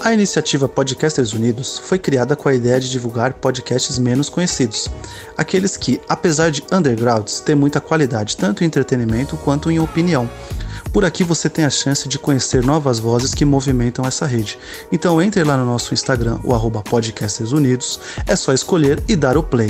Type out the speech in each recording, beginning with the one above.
A iniciativa Podcasters Unidos foi criada com a ideia de divulgar podcasts menos conhecidos, aqueles que, apesar de undergrounds, têm muita qualidade tanto em entretenimento quanto em opinião. Por aqui você tem a chance de conhecer novas vozes que movimentam essa rede. Então entre lá no nosso Instagram, o @podcastersunidos, é só escolher e dar o play.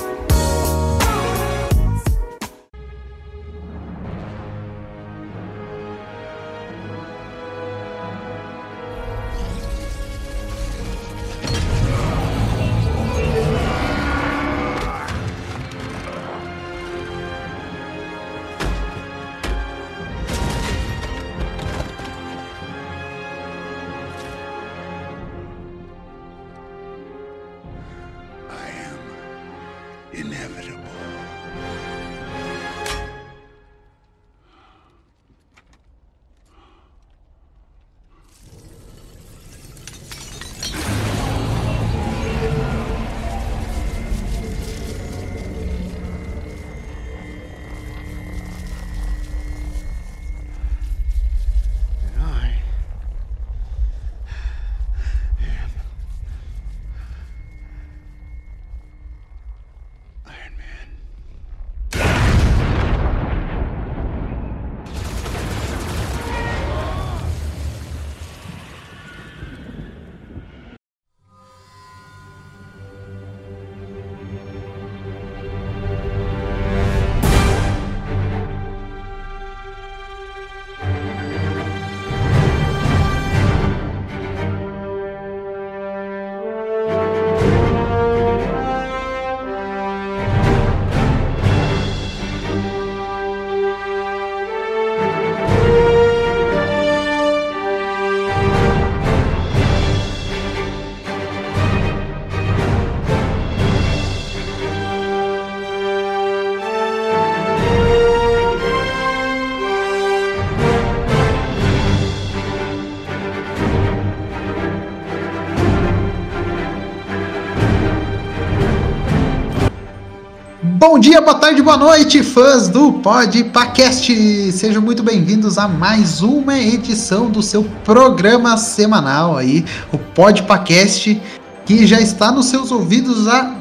Bom dia, boa tarde, boa noite, fãs do PodPacast! Sejam muito bem-vindos a mais uma edição do seu programa semanal aí, o PodPacast, que já está nos seus ouvidos há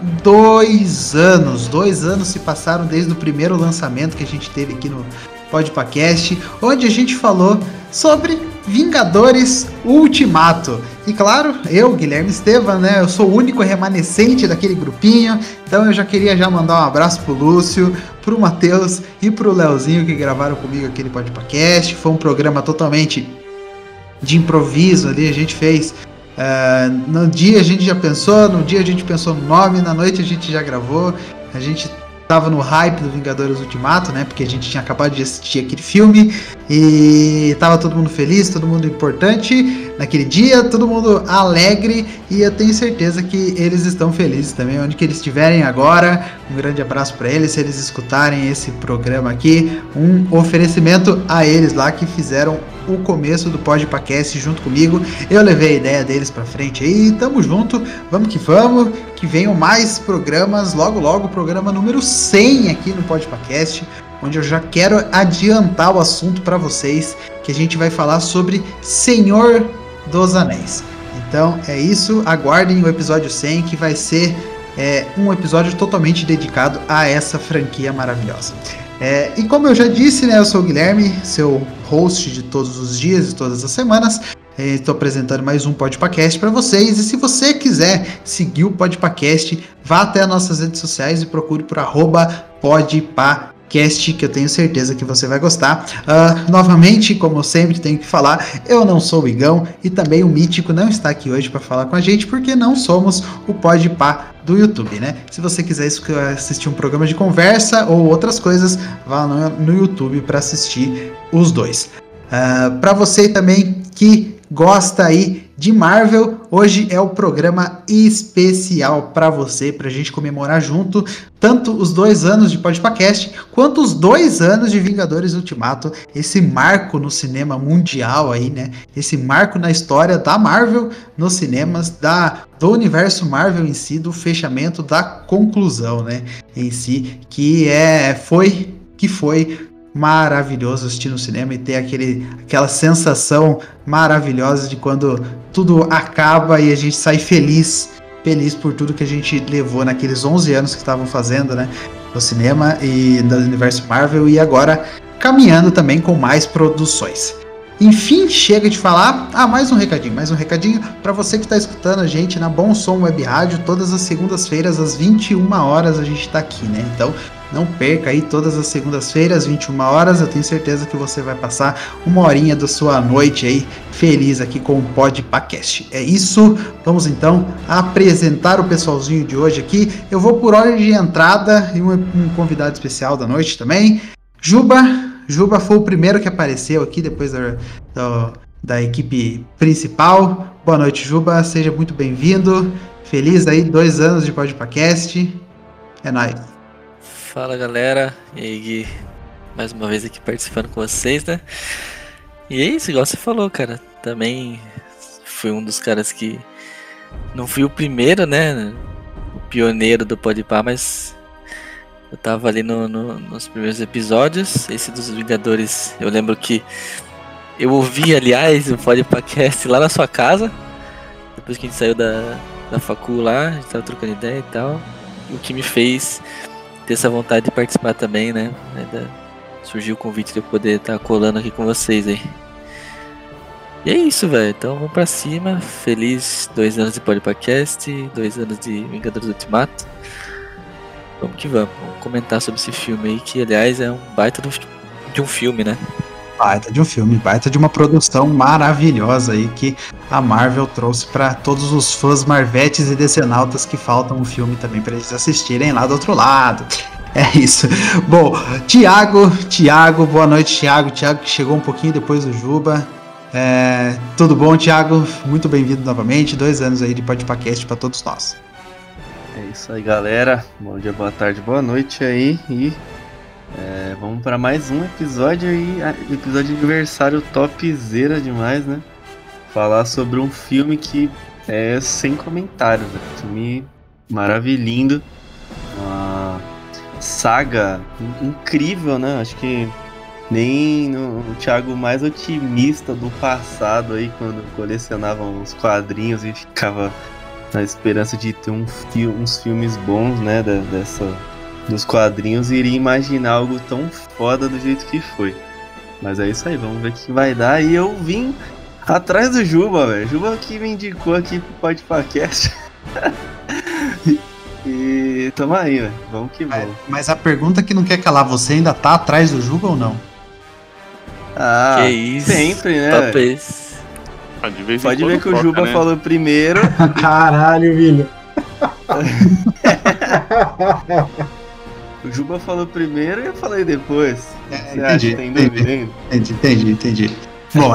2 anos. 2 anos se passaram desde o primeiro lançamento que a gente teve aqui no PodPacast, onde a gente falou sobre Vingadores Ultimato. E claro, eu, Guilherme Estevam, né? Eu sou o único remanescente daquele grupinho, então eu já queria mandar um abraço pro Lúcio, pro Matheus e pro Leozinho que gravaram comigo aquele PodPacast. Foi um programa totalmente de improviso ali, a gente fez. No dia a gente já pensou, no dia a gente pensou no nome, na noite a gente já gravou, a gente tava no hype do Vingadores Ultimato, né? Porque a gente tinha acabado de assistir aquele filme e tava todo mundo feliz, todo mundo importante naquele dia, todo mundo alegre, e eu tenho certeza que eles estão felizes também, onde que eles estiverem agora. Um grande abraço para eles, se eles escutarem esse programa aqui, um oferecimento a eles lá que fizeram o começo do PodPacast junto comigo. Eu levei a ideia deles pra frente aí, tamo junto, vamos, que venham mais programas, logo o programa número 100 aqui no PodPacast, onde eu já quero adiantar o assunto para vocês, que a gente vai falar sobre Senhor dos Anéis. Então é isso, aguardem o episódio 100, que vai ser um episódio totalmente dedicado a essa franquia maravilhosa. E como eu já disse, né, eu sou o Guilherme, seu host de todos os dias e todas as semanas. Estou apresentando mais um PodPacast para vocês, e se você quiser seguir o PodPacast, vá até as nossas redes sociais e procure por @podpacast, que eu tenho certeza que você vai gostar. Novamente, como eu sempre tenho que falar, eu não sou o Igão, e também o Mítico não está aqui hoje para falar com a gente, porque não somos o Podpah do YouTube, né? Se você quiser assistir um programa de conversa ou outras coisas, vá no YouTube para assistir os dois. Para você também que gosta aí de Marvel, hoje é o programa especial para você, pra gente comemorar junto tanto os 2 anos de PodPacast quanto os 2 anos de Vingadores Ultimato, esse marco no cinema mundial aí, né? Esse marco na história da Marvel nos cinemas, do universo Marvel em si, do fechamento, da conclusão, né? Em si, que foi maravilhoso assistir no cinema e ter aquela sensação maravilhosa de quando tudo acaba e a gente sai feliz por tudo que a gente levou naqueles 11 anos que estavam fazendo, né, no cinema e no universo Marvel, e agora caminhando também com mais produções. Enfim, chega de falar. Mais um recadinho para você que está escutando a gente na Bom Som Web Rádio. Todas as segundas-feiras às 21 horas a gente está aqui, né? Então não perca aí, todas as segundas-feiras, 21 horas. Eu tenho certeza que você vai passar uma horinha da sua noite aí feliz aqui com o PodPacast. É isso, vamos então apresentar o pessoalzinho de hoje aqui. Eu vou por ordem de entrada e um convidado especial da noite também. Juba foi o primeiro que apareceu aqui depois da equipe principal. Boa noite, Juba. Seja muito bem-vindo. Feliz aí, 2 anos de PodPacast. É nóis. Fala, galera. E aí, Gui? Mais uma vez aqui participando com vocês, né? E é isso, igual você falou, cara. Também fui um dos caras que... Não fui o primeiro, né? O pioneiro do Podpah, mas... Eu tava ali nos primeiros episódios. Esse dos Vingadores, eu lembro que eu ouvi, aliás, o PodPacast lá na sua casa. Depois que a gente saiu da facul lá, a gente tava trocando ideia e tal. O que me fez ter essa vontade de participar também, né? Surgiu o convite de eu poder estar colando aqui com vocês aí. E é isso, velho. Então vamos pra cima. Feliz 2 anos de PodPacast, 2 anos de Vingadores Ultimato. Vamos que vamos comentar sobre esse filme aí, que aliás é um baita de um filme, né? Baita de um filme, baita de uma produção maravilhosa aí que a Marvel trouxe para todos os fãs marvetes e decenautas que faltam um filme também para eles assistirem lá do outro lado. É isso. Bom, Thiago, boa noite, Thiago que chegou um pouquinho depois do Juba. Tudo bom, Thiago? Muito bem-vindo novamente, 2 anos aí de PodPacast para todos nós. É isso aí, galera. Bom dia, boa tarde, boa noite aí. E vamos para mais um episódio aí, episódio de aniversário topzera demais, né? Falar sobre um filme que é sem comentários, né? Filme maravilhoso, uma saga incrível, né? Acho que nem o Thiago mais otimista do passado aí, quando colecionava os quadrinhos e ficava na esperança de ter uns filmes bons, né, dos quadrinhos, e iria imaginar algo tão foda do jeito que foi. Mas é isso aí, vamos ver o que vai dar. E eu vim atrás do Juba, velho. Juba que me indicou aqui pro PodPacast. E tamo aí, velho. Vamos que vamos. Mas a pergunta que não quer calar, você ainda tá atrás do Juba ou não? Que isso. Sempre, né? Top esse. Pode ver que o Juba, né, falou primeiro. Caralho, William. O Juba falou primeiro e eu falei depois. Entendi. Bom,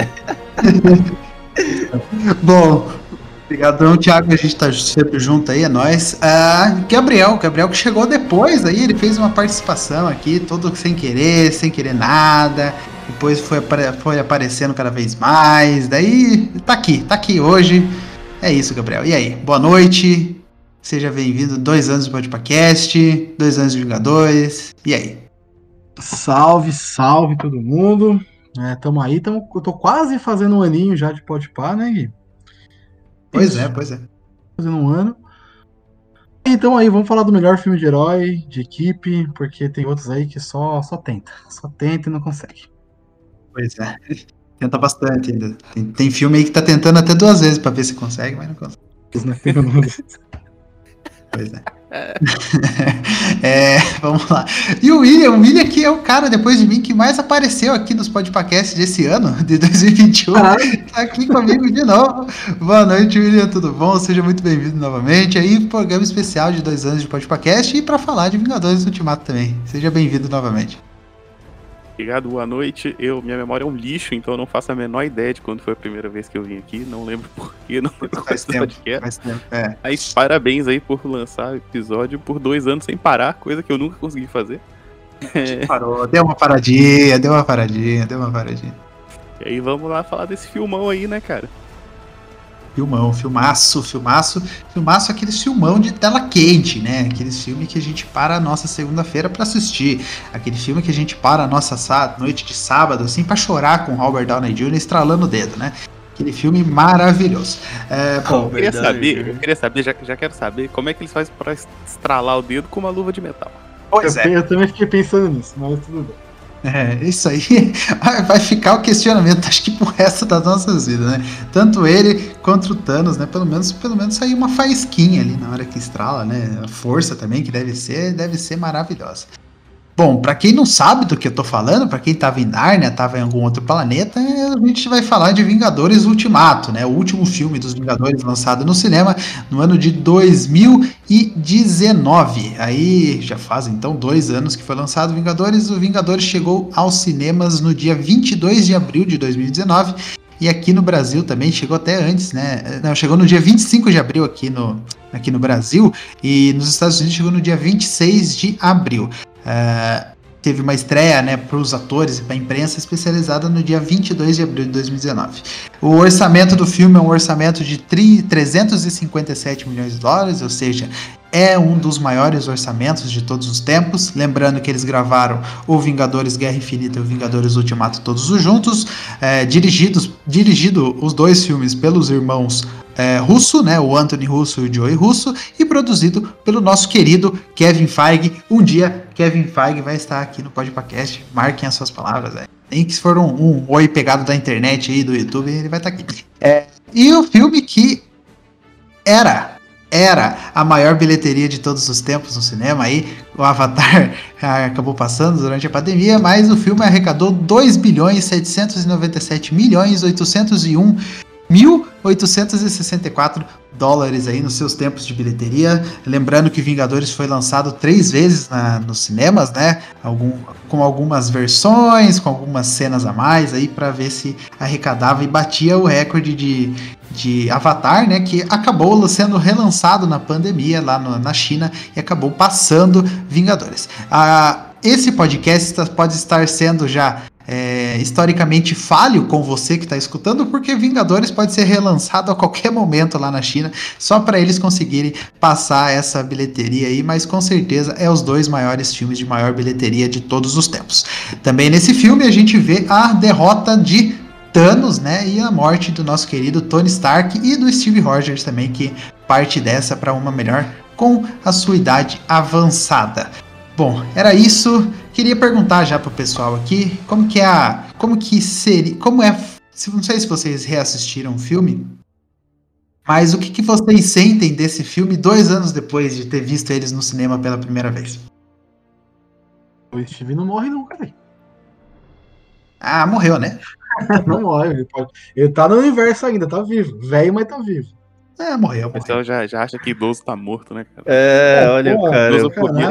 Bom, obrigadão, Thiago, a gente tá sempre junto aí, é nóis. Gabriel que chegou depois aí, ele fez uma participação aqui, todo sem querer nada. Depois foi aparecendo cada vez mais. Daí tá aqui hoje. É isso, Gabriel. E aí? Boa noite. Seja bem-vindo. 2 anos de PodPacast, 2 anos de Vingadores. E aí? Salve todo mundo. Tamo aí. Eu tô quase fazendo um aninho já de Podpah, né, Gui? Pois é. Fazendo um ano. Então aí, vamos falar do melhor filme de herói, de equipe, porque tem outros aí que só tenta. Só tenta e não consegue. Pois é. Tenta bastante ainda. Tem filme aí que tá tentando até 2 vezes pra ver se consegue, mas não consegue. Pois é. Vamos lá. E o William que é o cara, depois de mim, que mais apareceu aqui nos PodPacasts desse ano, de 2021. Tá aqui comigo de novo. Boa noite, William, tudo bom? Seja muito bem-vindo novamente. Aí, programa especial de 2 anos de PodPacast e pra falar de Vingadores Ultimato também. Seja bem-vindo novamente. Obrigado, boa noite. Minha memória é um lixo, então eu não faço a menor ideia de quando foi a primeira vez que eu vim aqui. Não lembro porquê, não lembro faz tempo. Aí, parabéns aí por lançar o episódio por 2 anos sem parar, coisa que eu nunca consegui fazer. Parou, deu uma paradinha. E aí vamos lá falar desse filmão aí, né, cara? Filmaço, aquele filmão de tela quente, né? Aqueles filmes que a gente para a nossa segunda-feira pra assistir. Aquele filme que a gente para a nossa noite de sábado, assim, pra chorar com Robert Downey Jr. estralando o dedo, né? Aquele filme maravilhoso. Eu queria saber, já quero saber, como é que eles fazem pra estralar o dedo com uma luva de metal. Pois é. Eu também fiquei pensando nisso, mas tudo bem. Isso aí vai ficar o questionamento, acho que pro resto das nossas vidas, né? Tanto ele quanto o Thanos, né? Pelo menos sair uma faísquinha ali na hora que estrala, né? A força também, que deve ser maravilhosa. Bom, pra quem não sabe do que eu tô falando, pra quem tava em Nárnia, tava em algum outro planeta, a gente vai falar de Vingadores Ultimato, né? O último filme dos Vingadores lançado no cinema no ano de 2019. Aí já faz então 2 anos que foi lançado Vingadores. O Vingadores chegou aos cinemas no dia 22 de abril de 2019. E aqui no Brasil também chegou até antes, né? Não, chegou no dia 25 de abril aqui no Brasil. E nos Estados Unidos chegou no dia 26 de abril. Teve uma estreia, né, para os atores e para a imprensa especializada no dia 22 de abril de 2019. O orçamento do filme é um orçamento de 357 milhões de dólares, ou seja, é um dos maiores orçamentos de todos os tempos. Lembrando que eles gravaram o Vingadores Guerra Infinita e o Vingadores Ultimato todos juntos, dirigido os 2 filmes pelos irmãos Russo, né, o Anthony Russo e o Joey Russo, e produzido pelo nosso querido Kevin Feige. Um dia Kevin Feige vai estar aqui no Podpacast, marquem as suas palavras, nem que se for um oi pegado da internet aí, do YouTube, ele vai estar aqui. E o filme que era a maior bilheteria de todos os tempos no cinema, aí o Avatar acabou passando durante a pandemia, mas o filme arrecadou 2.797.801.864 dólares aí nos seus tempos de bilheteria. Lembrando que Vingadores foi lançado 3 vezes nos cinemas, né? Com algumas versões, com algumas cenas a mais aí para ver se arrecadava e batia o recorde de Avatar, né? Que acabou sendo relançado na pandemia lá na China e acabou passando Vingadores. Esse podcast pode estar sendo já historicamente falho com você que está escutando, porque Vingadores pode ser relançado a qualquer momento lá na China, só para eles conseguirem passar essa bilheteria aí, mas com certeza é os 2 maiores filmes de maior bilheteria de todos os tempos. Também nesse filme a gente vê a derrota de Thanos, né, e a morte do nosso querido Tony Stark e do Steve Rogers também, que parte dessa para uma melhor com a sua idade avançada. Bom, era isso. Queria perguntar já pro pessoal aqui, não sei se vocês reassistiram o filme, mas o que vocês sentem desse filme 2 anos depois de ter visto eles no cinema pela primeira vez? O Steve não morre nunca, velho. Morreu, né? Não morre, ele tá no universo ainda, tá vivo. Velho, mas tá vivo. Morreu. O pessoal já acha que idoso tá morto, né, cara? Olha, cara. Idoso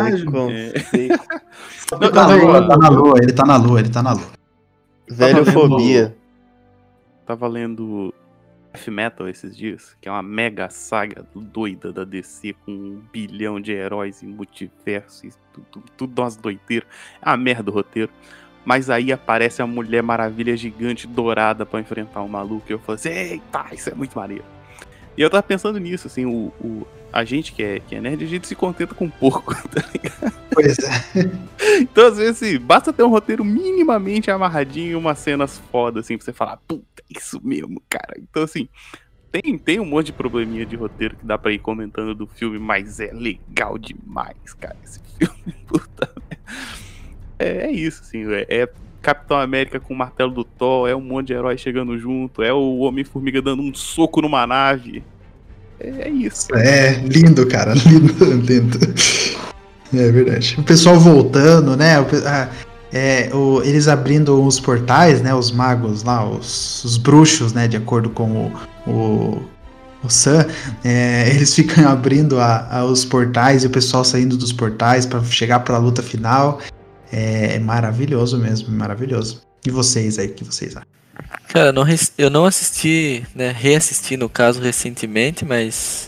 Ele tá na lua. Velhofobia. Tava lendo F-Metal esses dias, que é uma mega saga doida da DC, com 1 bilhão de heróis e multiverso, e tudo umas doideiras. É uma merda o roteiro. Mas aí aparece a Mulher Maravilha gigante dourada pra enfrentar o maluco. E eu falei assim, eita, isso é muito maneiro. E eu tava pensando nisso, assim, a gente que é nerd, a gente se contenta com pouco, tá ligado? Pois é. Então, às vezes, basta ter um roteiro minimamente amarradinho e umas cenas fodas, assim, pra você falar, puta, isso mesmo, cara. Então, assim, tem um monte de probleminha de roteiro que dá pra ir comentando do filme, mas é legal demais, cara, esse filme, puta. É isso, assim, é Capitão América com o martelo do Thor, é um monte de herói chegando junto, é o Homem-Formiga dando um soco numa nave. É isso. Lindo, cara, lindo. É verdade. O pessoal voltando, né? Eles abrindo os portais, né? Os magos lá, os bruxos, né? De acordo com o Sam, eles ficam abrindo os portais e o pessoal saindo dos portais para chegar para a luta final. É maravilhoso mesmo, maravilhoso. E vocês aí, o que vocês acham? Cara, eu não assisti, né, reassisti no caso recentemente, mas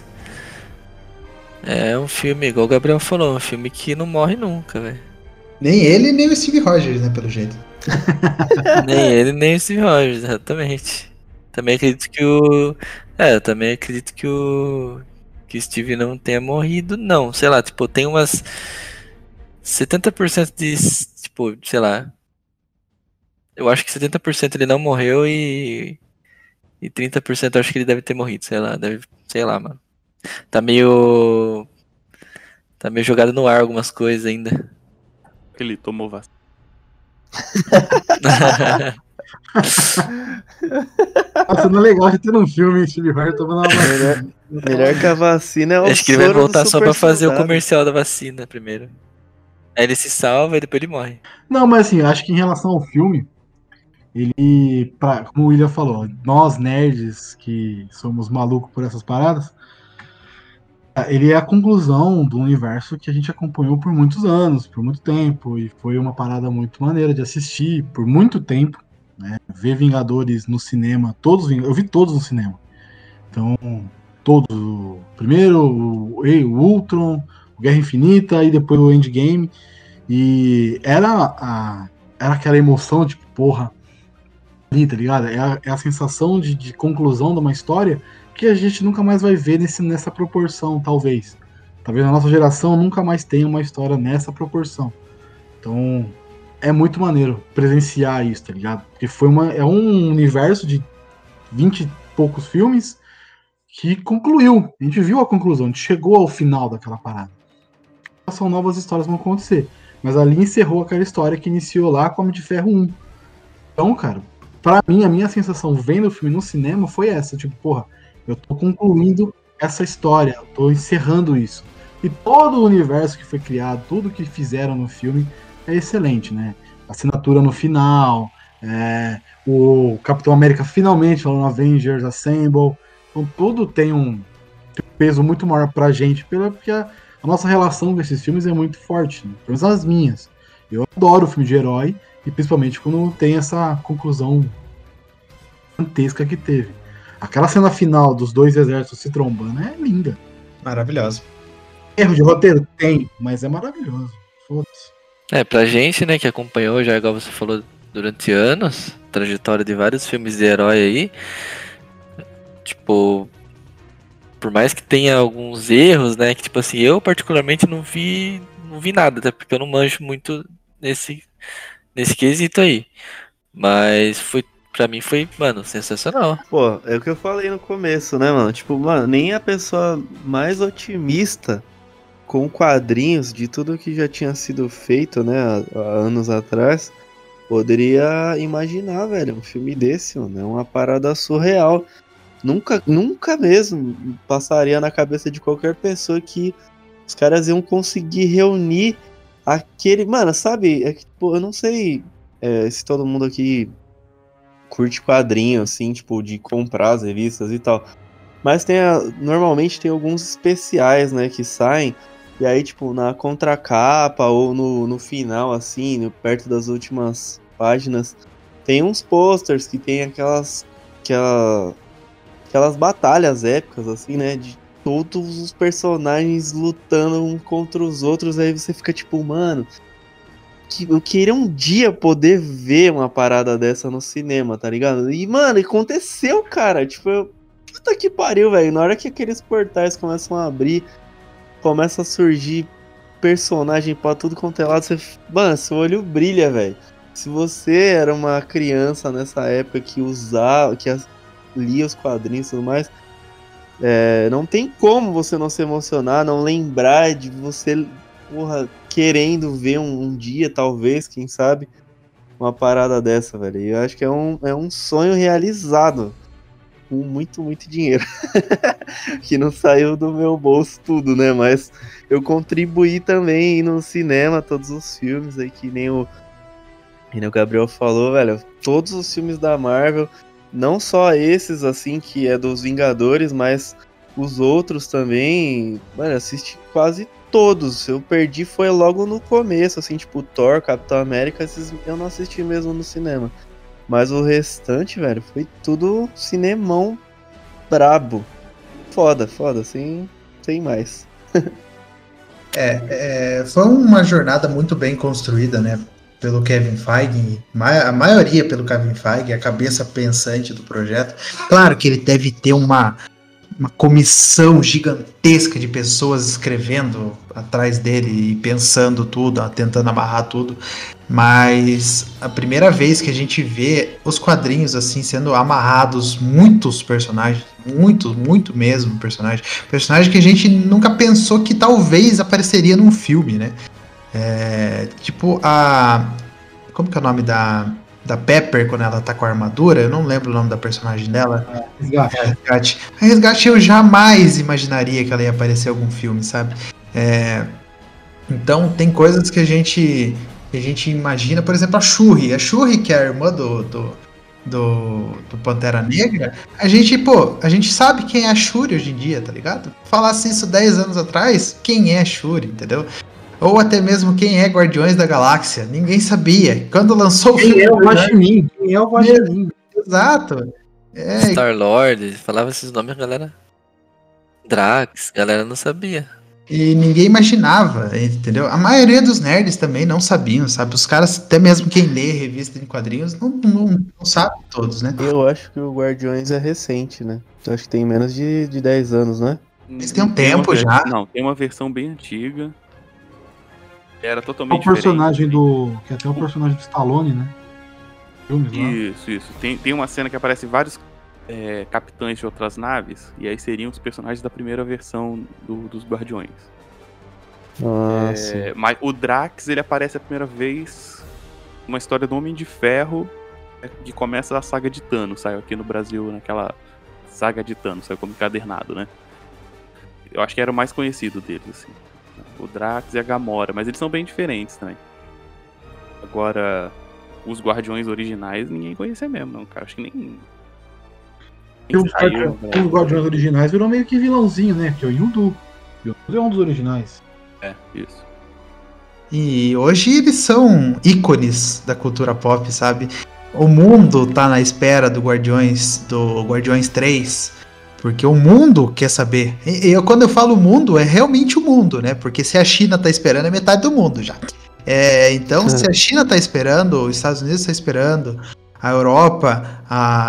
é um filme, igual o Gabriel falou, um filme que não morre nunca, velho. Nem ele, nem o Steve Rogers, né, pelo jeito. Nem ele, nem o Steve Rogers, exatamente. Também acredito que Eu também acredito que o Steve não tenha morrido, não. Sei lá, tipo, tem umas 70% de, tipo, sei lá. Eu acho que 70% ele não morreu e 30% eu acho que ele deve ter morrido, sei lá, mano. Tá meio jogado no ar algumas coisas ainda. Ele tomou vacina. Nossa, não é legal de ter um filme Steve Harvey tomando uma vacina. Melhor que a vacina é o Acho que ele vai soro do voltar só super pra fazer o soldado. comercial da vacina primeiro. Aí ele se salva e depois ele morre. Não, mas assim, eu acho que em relação ao filme, como o William falou, nós nerds que somos malucos por essas paradas, ele é a conclusão do universo que a gente acompanhou por muitos anos, por muito tempo, e foi uma parada muito maneira de assistir por muito tempo, né? Ver Vingadores no cinema, eu vi todos no cinema. Então, todos, primeiro o Ultron, o Guerra Infinita e depois o Endgame, e era aquela emoção, tipo, porra, ali, tá ligado? É a sensação de conclusão de uma história que a gente nunca mais vai ver nessa proporção, talvez. Talvez a nossa geração nunca mais tenha uma história nessa proporção. Então, é muito maneiro presenciar isso, tá ligado? Porque é um universo de 20 e poucos filmes que concluiu. A gente viu a conclusão, a gente chegou ao final daquela parada. São novas histórias que vão acontecer. Mas ali encerrou aquela história que iniciou lá com Homem de Ferro 1. Então, cara, pra mim, a minha sensação vendo o filme no cinema foi essa. Tipo, porra, eu tô concluindo essa história, eu tô encerrando isso. E todo o universo que foi criado, tudo que fizeram no filme é excelente, né? A assinatura no final, o Capitão América finalmente falando Avengers Assemble. Então tudo tem um peso muito maior pra gente, porque a nossa relação com esses filmes é muito forte, né? Pelo menos as minhas. Eu adoro filme de herói, e principalmente quando tem essa conclusão gigantesca que teve. Aquela cena final dos dois exércitos se trombando é linda. Maravilhoso. Erro de roteiro? Tem, mas é maravilhoso. Foda-se. Pra gente, né, que acompanhou já, igual você falou, durante anos, trajetória de vários filmes de herói aí, tipo, por mais que tenha alguns erros, né, que tipo assim, eu particularmente não vi nada, até porque eu não manjo muito nesse quesito aí. Mas pra mim foi, mano, sensacional. Pô, é o que eu falei no começo, né, mano? Tipo, mano, nem a pessoa mais otimista com quadrinhos de tudo que já tinha sido feito, né, há anos atrás, poderia imaginar, velho, um filme desse, mano. É uma parada surreal. Nunca mesmo passaria na cabeça de qualquer pessoa que os caras iam conseguir reunir aquele... Mano, sabe? É que, tipo, eu não sei se todo mundo aqui curte quadrinho, assim, tipo, de comprar as revistas e tal. Mas normalmente tem alguns especiais, né, que saem. E aí, tipo, na contracapa ou no final, assim, perto das últimas páginas, tem uns posters que tem aquelas batalhas épicas, assim, né, de todos os personagens lutando um contra os outros. Aí você fica tipo, mano, eu queria um dia poder ver uma parada dessa no cinema, tá ligado? E, mano, aconteceu, cara. Tipo, puta que pariu, velho. Na hora que aqueles portais começam a abrir, começa a surgir personagem pra tudo quanto é lado, mano, seu olho brilha, velho. Se você era uma criança nessa época que lia os quadrinhos e tudo mais, não tem como você não se emocionar, não lembrar de você, porra, querendo ver um dia, talvez, quem sabe, uma parada dessa, velho. E eu acho que é um sonho realizado com muito, muito dinheiro. Que não saiu do meu bolso tudo, né? Mas eu contribuí também no cinema, todos os filmes aí, que nem o Gabriel falou, velho. Todos os filmes da Marvel, não só esses, assim, que é dos Vingadores, mas os outros também, mano, assisti quase todos. Eu perdi foi logo no começo, assim, tipo Thor, Capitão América, esses eu não assisti mesmo no cinema. Mas o restante, velho, foi tudo cinemão brabo. Foda, sem mais. Foi uma jornada muito bem construída, né? pelo Kevin Feige, a maioria pelo Kevin Feige, a cabeça pensante do projeto. Claro que ele deve ter uma comissão gigantesca de pessoas escrevendo atrás dele e pensando tudo, tentando amarrar tudo, mas a primeira vez que a gente vê os quadrinhos assim sendo amarrados, muitos personagens, muito mesmo personagem que a gente nunca pensou que talvez apareceria num filme, né? Tipo como que é o nome da Pepper quando ela tá com a armadura? Eu não lembro o nome da personagem dela. Resgate. A Resgate eu jamais imaginaria que ela ia aparecer em algum filme, sabe? Então tem coisas que a gente imagina, por exemplo, a Shuri. A Shuri, que é a irmã do Pantera Negra, a gente sabe quem é a Shuri hoje em dia, tá ligado? Falasse isso 10 anos atrás, quem é a Shuri, entendeu? Ou até mesmo quem é Guardiões da Galáxia. Ninguém sabia. Quando lançou o filme... Quem é o Guaxinim? Exato. Star-Lord, falava esses nomes, a galera... Drax, a galera não sabia. E ninguém imaginava, entendeu? A maioria dos nerds também não sabiam, sabe? Os caras, até mesmo quem lê revista em quadrinhos, não sabe todos, né? Eu acho que o Guardiões é recente, né? Eu acho que tem menos de 10 anos, né? Eles têm um tempo já. Não, tem uma versão bem antiga. Era É totalmente o personagem diferente. que é até o personagem do Stallone, né? Filmes lá. Isso. Tem uma cena que aparece vários capitães de outras naves, e aí seriam os personagens da primeira versão dos Guardiões. Sim. Mas o Drax, ele aparece a primeira vez numa história do Homem de Ferro, que começa a saga de Thanos, saiu aqui no Brasil naquela saga de Thanos, saiu como encadernado, né? Eu acho que era o mais conhecido deles, assim. O Drax e a Gamora, mas eles são bem diferentes também. Agora, os Guardiões originais, ninguém conhecia mesmo, não, cara. Acho que nem saiu, Os Guardiões originais virou meio que vilãozinho, né? Que é o Yondu. Yondu é um dos originais. Isso. E hoje eles são ícones da cultura pop, sabe? O mundo tá na espera do Guardiões 3, porque o mundo quer saber. Quando eu falo mundo, é realmente o mundo, né? Porque se a China tá esperando, é metade do mundo já. Então, se a China tá esperando, os Estados Unidos tá esperando, a Europa,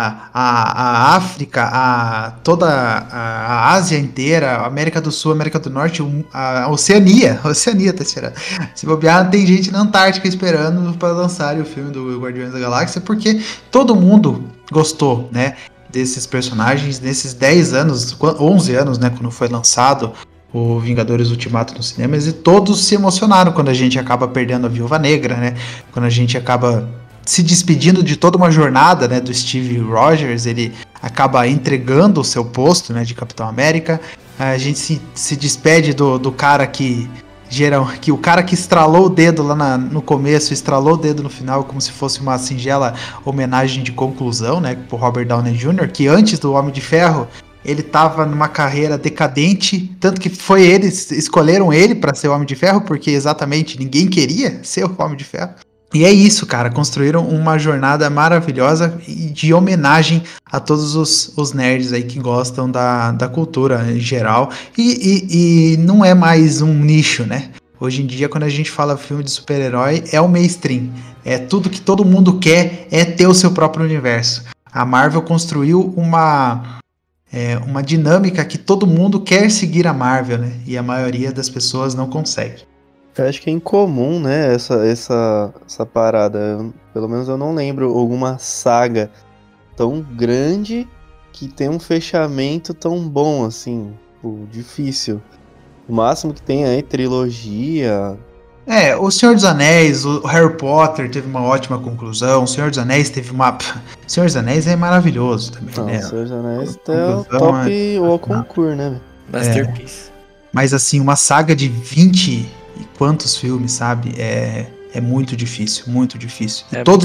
a África, toda a Ásia inteira, a América do Sul, a América do Norte, a Oceania tá esperando. Se bobear, tem gente na Antártica esperando para lançar o filme do Guardiões da Galáxia, porque todo mundo gostou, né, desses personagens nesses 10 anos, 11 anos, né, quando foi lançado o Vingadores Ultimato nos cinemas, e todos se emocionaram quando a gente acaba perdendo a Viúva Negra, né, quando a gente acaba se despedindo de toda uma jornada, né, do Steve Rogers. Ele acaba entregando o seu posto, né, de Capitão América. A gente se despede do cara que o cara que estralou o dedo lá no começo, estralou o dedo no final, como se fosse uma singela homenagem de conclusão, né, pro Robert Downey Jr., que antes do Homem de Ferro ele tava numa carreira decadente, tanto que foi eles escolheram ele para ser o Homem de Ferro, porque exatamente ninguém queria ser o Homem de Ferro. E é isso, cara, construíram uma jornada maravilhosa de homenagem a todos os nerds aí que gostam da cultura em geral, e não é mais um nicho, né? Hoje em dia, quando a gente fala filme de super-herói, é o mainstream, é tudo que todo mundo quer, é ter o seu próprio universo. A Marvel construiu uma dinâmica que todo mundo quer seguir a Marvel, né? E a maioria das pessoas não consegue. Eu acho que é incomum, né, essa parada. Pelo menos eu não lembro alguma saga tão grande que tem um fechamento tão bom, assim. Difícil. O máximo que tem aí trilogia. O Senhor dos Anéis, o Harry Potter teve uma ótima conclusão. O Senhor dos Anéis teve uma... O Senhor dos Anéis é maravilhoso também, não, né? O Senhor dos Anéis é o top ou concurso, né? Masterpiece. Mas assim, uma saga de 20 e quantos filmes, sabe? É muito difícil, muito difícil.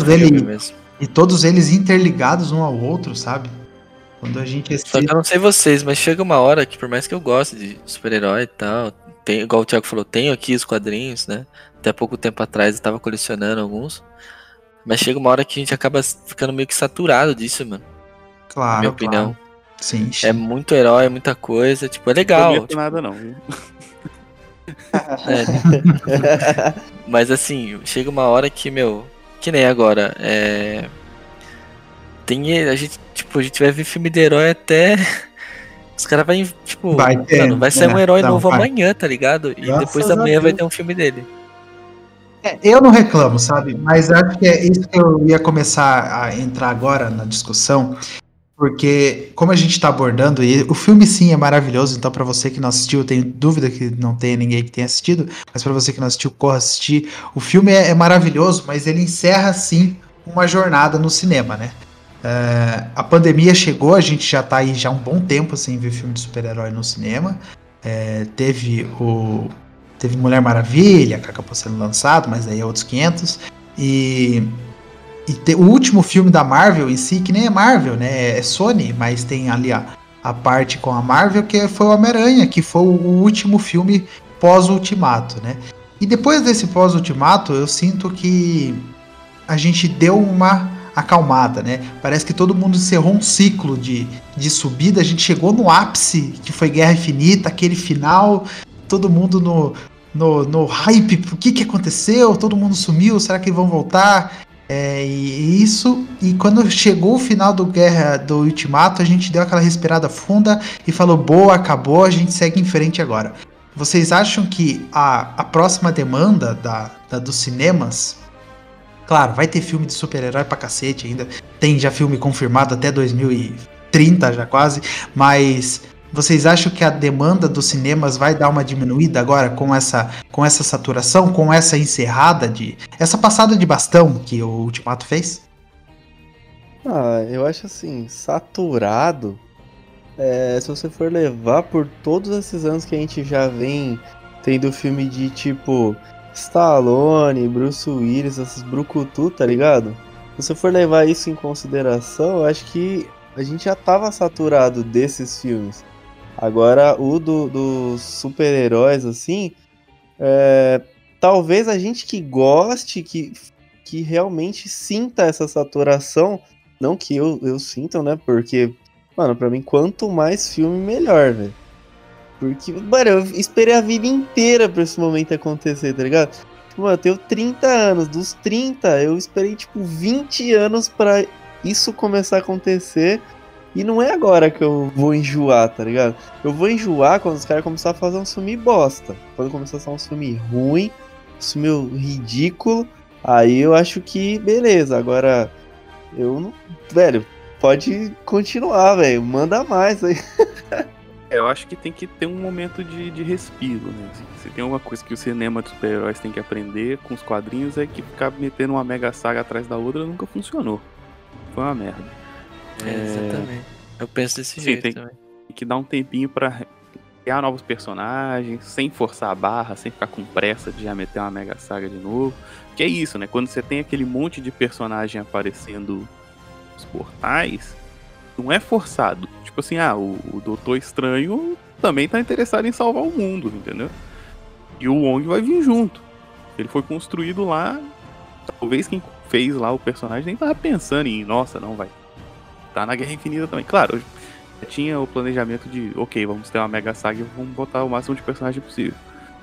E todos eles interligados um ao outro, sabe? Quando a gente Só que eu não sei vocês, mas chega uma hora que, por mais que eu goste de super-herói e tal, igual o Thiago falou, tenho aqui os quadrinhos, né? Até pouco tempo atrás eu tava colecionando alguns. Mas chega uma hora que a gente acaba ficando meio que saturado disso, mano. Claro, na minha opinião. Sim. É muito herói, é muita coisa, tipo, é legal. Não tipo, nada não, viu? Mas assim, chega uma hora que, que nem agora, a gente vai ver filme de herói até. Os caras vai, tipo, Vai ter, mano, vai sair um herói não, novo vai. amanhã, tá ligado? E Graças depois a amanhã vai Deus. ter um filme dele. Eu não reclamo, sabe? Mas acho que é isso que eu ia começar a entrar agora na discussão, porque como a gente está abordando, e o filme sim é maravilhoso, então para você que não assistiu, eu tenho dúvida que não tenha ninguém que tenha assistido, mas para você que não assistiu, corra assistir. O filme é maravilhoso, mas ele encerra sim uma jornada no cinema, né? A pandemia chegou, a gente já tá aí já há um bom tempo sem ver filme de super-herói no cinema. Teve Mulher Maravilha, que acabou sendo lançado, mas aí é outros 500. O último filme da Marvel em si, que nem é Marvel, né? É Sony, mas tem ali a parte com a Marvel, que foi o Homem-Aranha, que foi o último filme pós-Ultimato, né? E depois desse pós-Ultimato, eu sinto que a gente deu uma acalmada, né? Parece que todo mundo encerrou um ciclo de subida, a gente chegou no ápice, que foi Guerra Infinita, aquele final, todo mundo no hype, o que aconteceu? Todo mundo sumiu, será que vão voltar? E quando chegou o final do Ultimato, a gente deu aquela respirada funda e falou, boa, acabou, a gente segue em frente agora. Vocês acham que a próxima demanda dos cinemas, claro, vai ter filme de super-herói pra cacete ainda, tem já filme confirmado até 2030 já quase, mas vocês acham que a demanda dos cinemas vai dar uma diminuída agora com essa saturação, com essa encerrada, essa passada de bastão que o Ultimato fez? Eu acho assim, saturado, se você for levar por todos esses anos que a gente já vem tendo filme de tipo Stallone, Bruce Willis, esses brucutu, tá ligado? Se você for levar isso em consideração, eu acho que a gente já tava saturado desses filmes. Agora, o dos super-heróis, assim, talvez a gente que goste, que realmente sinta essa saturação, não que eu sinta, né? Porque, mano, pra mim, quanto mais filme, melhor, velho. Porque, mano, eu esperei a vida inteira pra esse momento acontecer, tá ligado? Tipo, mano, eu tenho 30 anos, dos 30, eu esperei, tipo, 20 anos pra isso começar a acontecer. E não é agora que eu vou enjoar, tá ligado? Eu vou enjoar quando os caras começarem a fazer um filme bosta. Quando começar a fazer um filme ruim, um filme ridículo, aí eu acho que beleza. Agora, eu não... Velho, pode continuar, velho. Manda mais aí. Eu acho que tem que ter um momento de respiro, né? Se tem uma coisa que o cinema dos super-heróis tem que aprender com os quadrinhos é que ficar metendo uma mega saga atrás da outra nunca funcionou. Foi uma merda. Exatamente. Eu penso desse jeito também. Tem que dar um tempinho pra criar novos personagens, sem forçar a barra, sem ficar com pressa de já meter uma mega saga de novo. Que é isso, né? Quando você tem aquele monte de personagem aparecendo nos portais, não é forçado. Tipo assim, o Doutor Estranho também tá interessado em salvar o mundo, entendeu? E o Wong vai vir junto. Ele foi construído lá. Talvez quem fez lá o personagem nem tava pensando em, nossa, não vai tá na Guerra Infinita também. Claro, eu tinha o planejamento de, ok, vamos ter uma mega saga e vamos botar o máximo de personagem possível.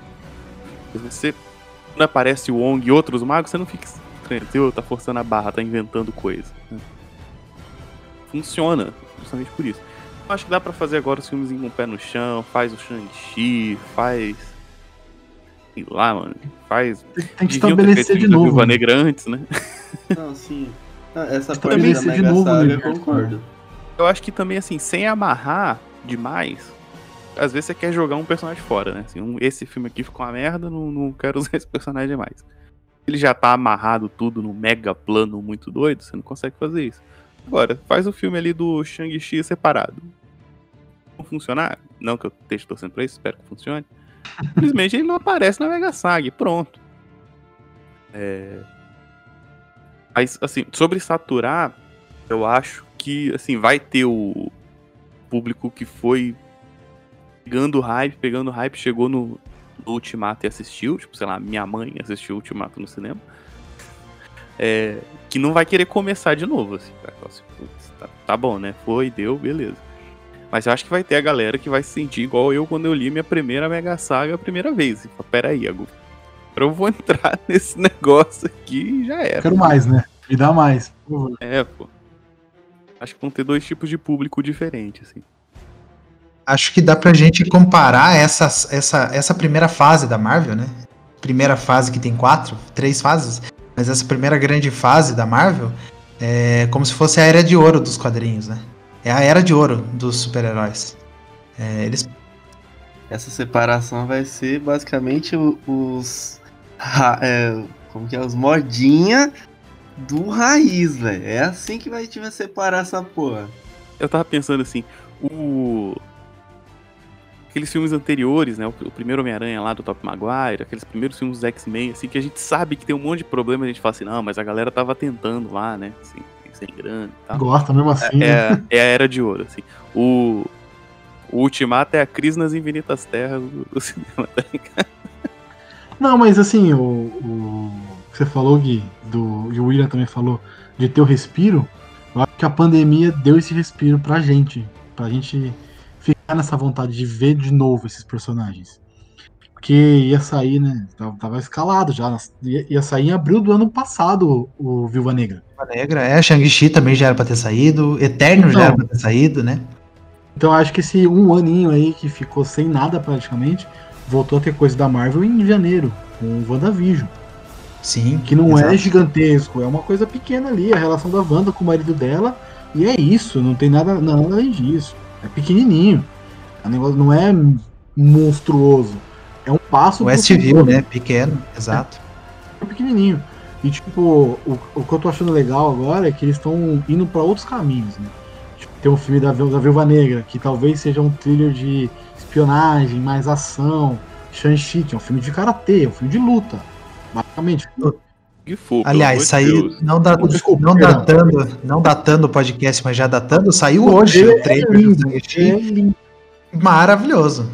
Você, quando aparece o Wong e outros magos, você não fica estranho, tá forçando a barra, tá inventando coisa. Funciona, justamente por isso. Eu acho que dá pra fazer agora os filmes com o pé no chão, faz o Shang-Chi, faz... sei lá, mano, faz... Tem que estabelecer de novo. Viúva Negra antes, né? Não, sim. Essa parte da mega saga eu concordo. Eu acho que também, assim, sem amarrar demais, às vezes você quer jogar um personagem fora, né? Assim, esse filme aqui ficou uma merda, não quero usar esse personagem mais. Ele já tá amarrado tudo num mega plano muito doido, você não consegue fazer isso. Agora, faz o filme ali do Shang-Chi separado. Não funcionar? Não que eu esteja torcendo pra isso, espero que funcione. Simplesmente ele não aparece na mega saga, pronto. Mas, assim, sobre saturar, eu acho que, assim, vai ter o público que foi pegando hype, chegou no Ultimato e assistiu, tipo, sei lá, minha mãe assistiu o Ultimato no cinema, que não vai querer começar de novo, assim, tá bom, né, foi, deu, beleza. Mas eu acho que vai ter a galera que vai se sentir igual eu quando eu li minha primeira Mega Saga a primeira vez. E fala, peraí, agora eu vou entrar nesse negócio aqui e já era. Quero mais, né? Me dá mais, por favor. Pô. Acho que vão ter 2 tipos de público diferentes, assim. Acho que dá pra gente comparar essa primeira fase da Marvel, né? Primeira fase que tem 3 fases, mas essa primeira grande fase da Marvel é como se fosse a Era de Ouro dos quadrinhos, né? É a Era de Ouro dos super-heróis. Essa separação vai ser basicamente os modinha do raiz, velho. É assim que vai separar essa porra. Eu tava pensando assim, aqueles filmes anteriores, né? O primeiro Homem-Aranha lá do Tobey Maguire, aqueles primeiros filmes dos X-Men, assim, que a gente sabe que tem um monte de problema, a gente fala assim, não, mas a galera tava tentando lá, né? Assim, sem grana e tal. Gosta mesmo assim, né? É a Era de Ouro, assim. O Ultimato é a crise nas infinitas terras do cinema, tá ligado? Não, mas assim, o que você falou, Gui, e o William também falou, de ter o respiro, eu acho que a pandemia deu esse respiro pra gente ficar nessa vontade de ver de novo esses personagens. Porque ia sair, né, tava escalado já, ia sair em abril do ano passado o Viúva Negra. Viúva Negra, Shang-Chi também já era pra ter saído, Eterno já era pra ter saído, né? Então acho que esse um aninho aí que ficou sem nada praticamente, voltou a ter coisa da Marvel em janeiro, com o WandaVision. Sim. Que não exato. É gigantesco, é uma coisa pequena ali, a relação da Wanda com o marido dela, e é isso, não tem nada além disso. É pequenininho. O negócio não é monstruoso. É um passo. O Westview, né? Pequeno, exato. É pequenininho. E tipo, o que eu tô achando legal agora é que eles estão indo pra outros caminhos, né? Tipo, tem um filme da Viúva Negra, que talvez seja um thriller de espionagem, mais ação. Shang-Chi, que é um filme de karatê, é um filme de luta. Basicamente. Aliás, saiu. Não datando o podcast, mas já datando, saiu hoje o trailer do Shang-Chi. Maravilhoso.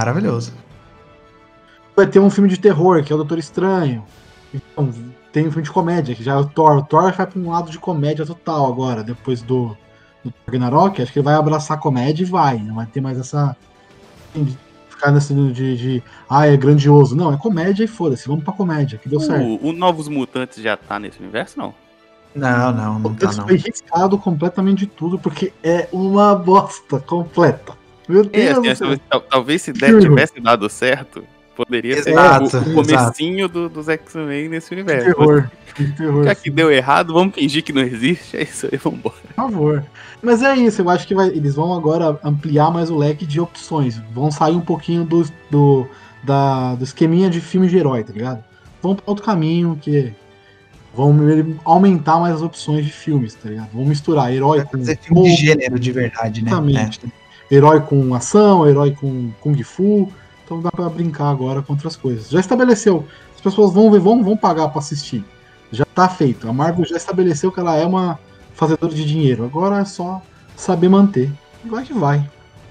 Vai ter um filme de terror, que é o Doutor Estranho. Então, tem um filme de comédia, que já é o Thor. O Thor vai pra um lado de comédia total agora, depois do Ragnarok. Acho que ele vai abraçar a comédia e vai. Não vai ter mais essa. Ficar nesse é grandioso. Não, é comédia e foda-se, vamos pra comédia, que deu certo. O Novos Mutantes já tá nesse universo, não? Não tá, não. Foi riscado completamente de tudo, porque é uma bosta completa. Meu Deus. Talvez se tivesse dado certo, poderia ser o comecinho dos X-Men nesse universo. terror. Já que deu errado, vamos fingir que não existe, é isso aí, vambora. Por favor. Mas é isso, eu acho que eles vão agora ampliar mais o leque de opções. Vão sair um pouquinho do esqueminha de filme de herói, tá ligado? Vão pra outro caminho, que vão aumentar mais as opções de filmes, tá ligado? Vão misturar herói com... fazer filme de gênero de verdade, né? Exatamente. Herói com ação, herói com Kung Fu. Então dá pra brincar agora com outras coisas. Já estabeleceu. As pessoas vão pagar pra assistir. Já tá feito. A Marvel já estabeleceu que ela é uma fazedora de dinheiro. Agora é só saber manter. Vai que vai.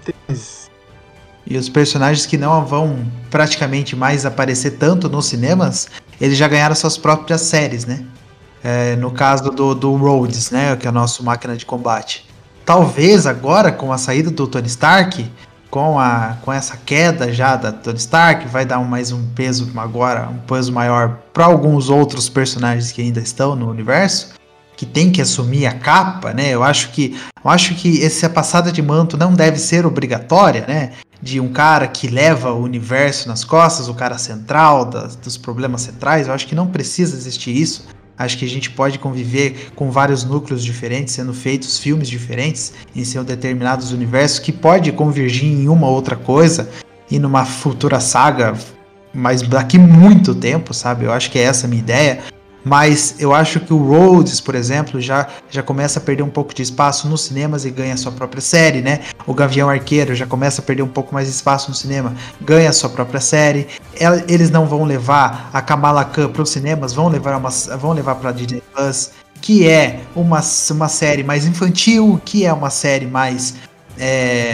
E os personagens que não vão praticamente mais aparecer tanto nos cinemas, eles já ganharam suas próprias séries, né? No caso do Rhodes, né? Que é o nosso máquina de combate. Talvez agora, com a saída do Tony Stark, com essa queda já da Tony Stark, vai dar mais um peso agora, um peso maior para alguns outros personagens que ainda estão no universo, que tem que assumir a capa, né? Eu acho que essa passada de manto não deve ser obrigatória, né? De um cara que leva o universo nas costas, o cara central dos problemas centrais. Eu acho que não precisa existir isso. Acho que a gente pode conviver com vários núcleos diferentes, sendo feitos filmes diferentes em seus determinados universos, que pode convergir em uma outra coisa e numa futura saga, mas daqui muito tempo, sabe? Eu acho que é essa a minha ideia. Mas eu acho que o Rhodes, por exemplo, já começa a perder um pouco de espaço nos cinemas e ganha sua própria série, né? O Gavião Arqueiro já começa a perder um pouco mais de espaço no cinema, ganha sua própria série. Eles não vão levar a Kamala Khan para os cinemas, vão levar para a Disney Plus, que é uma série mais infantil, que é uma série mais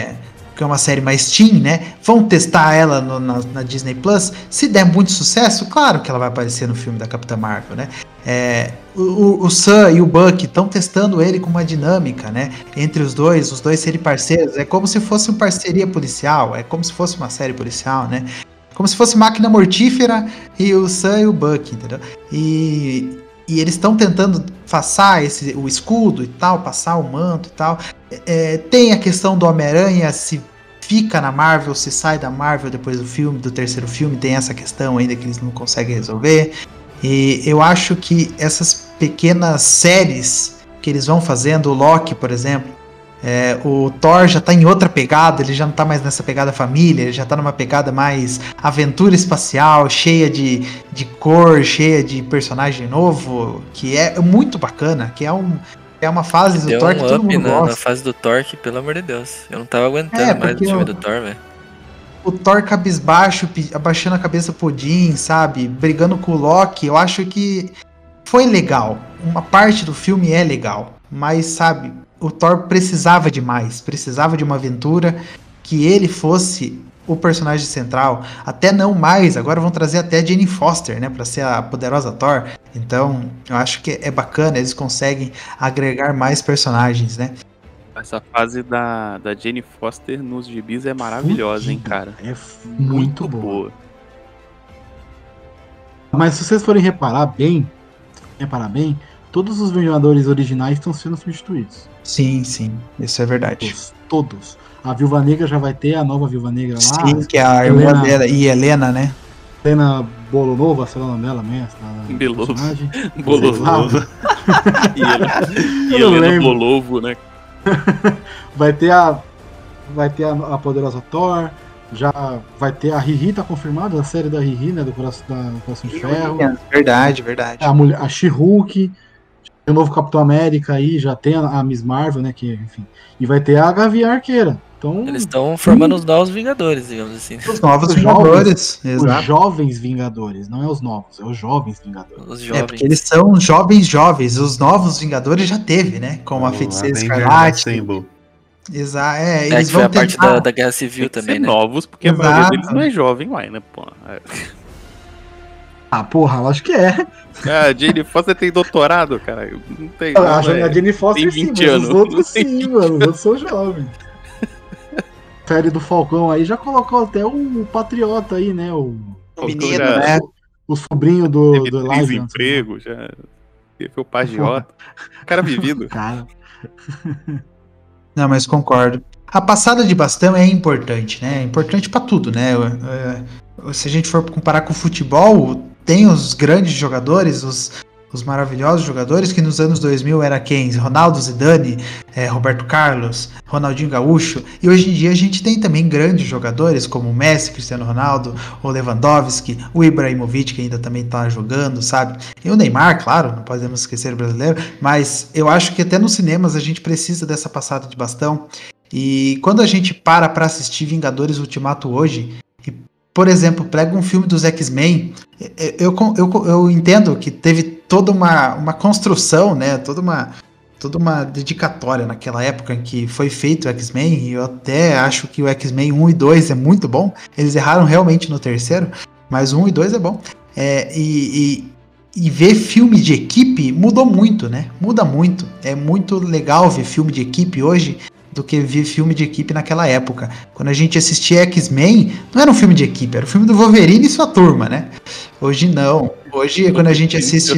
porque é uma série mais teen, né? Vão testar ela na Disney Plus. Se der muito sucesso, claro que ela vai aparecer no filme da Capitã Marvel, né? O Sam e o Bucky estão testando ele com uma dinâmica, né? Entre os dois serem parceiros. É como se fosse uma parceria policial, é como se fosse uma série policial, né? Como se fosse Máquina Mortífera e o Sam e o Bucky, entendeu? E eles estão tentando passar o escudo e tal, passar o manto e tal. Tem a questão do Homem-Aranha, se fica na Marvel, se sai da Marvel depois do terceiro filme, tem essa questão ainda que eles não conseguem resolver. E eu acho que essas pequenas séries que eles vão fazendo, o Loki, por exemplo, o Thor já tá em outra pegada, ele já não tá mais nessa pegada família, ele já tá numa pegada mais aventura espacial, cheia de cor, cheia de personagem novo, que é muito bacana, que é uma fase do Thor que todo mundo gosta. Na fase do Thor que, pelo amor de Deus, eu não tava aguentando mais o filme do Thor, velho. O Thor cabisbaixo, abaixando a cabeça pro Odin, sabe? Brigando com o Loki, eu acho que foi legal. Uma parte do filme é legal, mas, sabe, o Thor precisava de mais, precisava de uma aventura que ele fosse o personagem central, até não mais, agora vão trazer até a Jane Foster, né, pra ser a poderosa Thor, então eu acho que é bacana, eles conseguem agregar mais personagens, né. Essa fase da Jane Foster nos gibis é maravilhosa, hein, cara. É muito boa. boa. Mas se vocês forem reparar bem, todos os Vingadores originais estão sendo substituídos. Sim, isso é verdade. Todos. A Viúva Negra já vai ter a nova Viúva Negra lá. Sim, que é a irmã dela e Helena, né? Helena Bolonova, sei lá o nome dela mesmo. Bolonova. E Helena Bolovo, né? Vai ter a poderosa Thor. Já vai ter a Riri, tá confirmado, a série da Riri, né? Do Coração de Ferro. Verdade. A She-Hulk. O novo Capitão América aí, já tem a Miss Marvel, né? Que, enfim. E vai ter a Gavião Arqueira. Então, eles estão formando os novos Vingadores, digamos assim. Os novos Vingadores, exato. Os jovens Vingadores, não é os novos, é os jovens Vingadores. Os jovens. Porque eles são jovens. Os novos Vingadores já teve, né? Com a Feiticeira Escarlate. Exato. Eles vão ter a parte da Guerra Civil também, né? Novos, porque a maioria deles não é jovem, né, pô? Ah, porra, eu acho que é. A Jane Foster tem doutorado, cara. Não tem. A Jane Foster tem 20 anos. Os outros sim, mano. Os outros são jovens. A série do Falcão aí já colocou até o Patriota aí, né? O menino, né? O sobrinho do Elijah. Desemprego, já teve o pagiota. O cara vivido. Cara. Não, mas concordo. A passada de bastão é importante, né? É importante pra tudo, né? Se a gente for comparar com o futebol, tem os grandes jogadores, os maravilhosos jogadores que nos anos 2000 era quem? Ronaldo, Zidane, Roberto Carlos, Ronaldinho Gaúcho. E hoje em dia a gente tem também grandes jogadores como o Messi, Cristiano Ronaldo, o Lewandowski, o Ibrahimovic, que ainda também tá jogando, sabe? E o Neymar, claro, não podemos esquecer o brasileiro. Mas eu acho que até nos cinemas a gente precisa dessa passada de bastão. E quando a gente para assistir Vingadores Ultimato hoje, e, por exemplo, pega um filme dos X-Men, eu entendo que teve toda uma construção, né? Toda uma dedicatória naquela época em que foi feito o X-Men, e eu até acho que o X-Men 1 e 2 é muito bom. Eles erraram realmente no terceiro, mas o 1 e 2 é bom. E ver filme de equipe mudou muito, né? Muda muito. É muito legal ver filme de equipe hoje do que ver filme de equipe naquela época. Quando a gente assistia X-Men, não era um filme de equipe, era um filme do Wolverine e sua turma, né? Hoje não. Hoje, quando a gente assiste...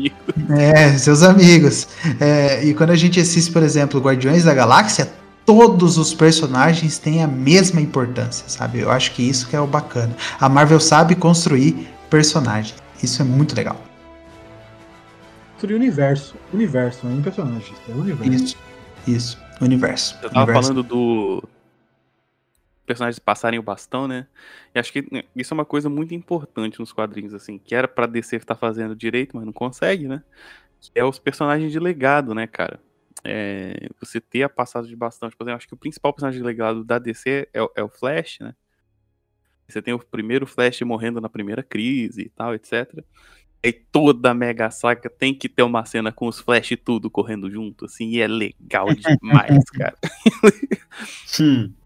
seus amigos. E quando a gente assiste, por exemplo, Guardiões da Galáxia, todos os personagens têm a mesma importância, sabe? Eu acho que isso que é o bacana. A Marvel sabe construir personagens. Isso é muito legal. Construir universo, não é um personagem, é o universo. Isso. Universo. Eu tava falando do personagens passarem o bastão, né? E acho que isso é uma coisa muito importante nos quadrinhos, assim, que era pra DC estar fazendo direito, mas não consegue, né? Que é os personagens de legado, né, cara? Você ter a passada de bastão. Tipo, eu acho que o principal personagem de legado da DC é o Flash, né? Você tem o primeiro Flash morrendo na primeira crise e tal, etc. E toda a Mega Saga tem que ter uma cena com os Flash e tudo correndo junto, assim, e é legal demais, cara.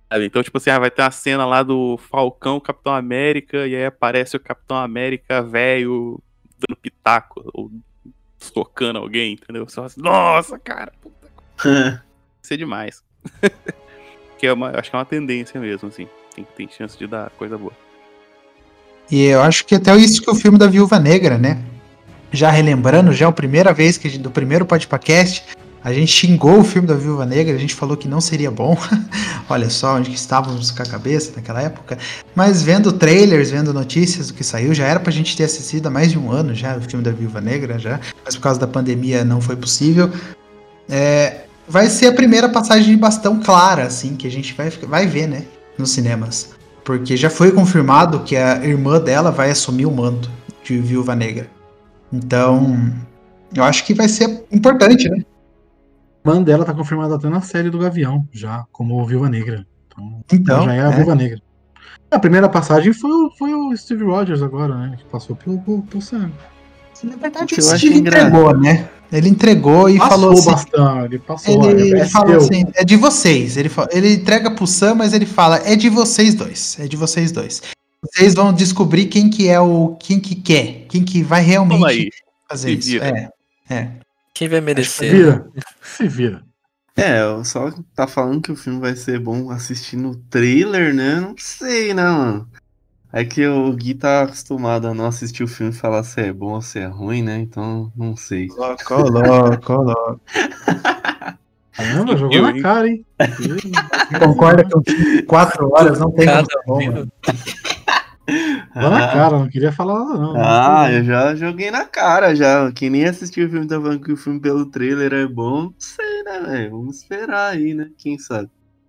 sabe? Então, tipo assim, vai ter uma cena lá do Falcão, Capitão América, e aí aparece o Capitão América velho dando pitaco, ou socando alguém, entendeu? Você fala assim, nossa, cara, puta. Isso é demais. Que acho que é uma tendência mesmo, assim. Tem chance de dar coisa boa. E eu acho que até isso que o filme da Viúva Negra, né? Já relembrando, já é a primeira vez que do primeiro podcast, a gente xingou o filme da Viúva Negra, a gente falou que não seria bom. Olha só onde que estávamos com a cabeça naquela época. Mas vendo trailers, vendo notícias do que saiu, já era pra gente ter assistido há mais de um ano já o filme da Viúva Negra, já. Mas por causa da pandemia não foi possível. Vai ser a primeira passagem de bastão clara, assim, que a gente vai ver, né? Nos cinemas. Porque já foi confirmado que a irmã dela vai assumir o manto de Viúva Negra. Então, eu acho que vai ser importante, né? A irmã dela tá confirmada até na série do Gavião, já, como Viúva Negra. Então, já é a Viúva Negra. A primeira passagem foi o Steve Rogers agora, né? Que passou pelo Sam. Na verdade, o Steve entregou, né? Ele entregou e passou falou assim... Bastante, ele passou. Ele fala assim, é de vocês. Ele entrega pro Sam, mas ele fala, é de vocês dois. É de vocês dois. Vocês vão descobrir quem que é quem que quer. Quem que vai realmente fazer isso. Quem vai merecer? Se vira. Só tá falando que o filme vai ser bom assistindo o trailer, né? Não sei, né, mano? É que o Gui tá acostumado a não assistir o filme e falar se é bom ou se é ruim, né? Então, não sei. Coloca. Caramba, jogou na cara, hein? Concorda que um filme de 4 horas não tem como ser bom, mano. Jogou na cara, não queria falar nada, não. Eu já joguei na cara, já. Quem nem assistiu o filme tá falando que o filme pelo trailer é bom. Não sei, né, velho? Vamos esperar aí, né? Quem sabe?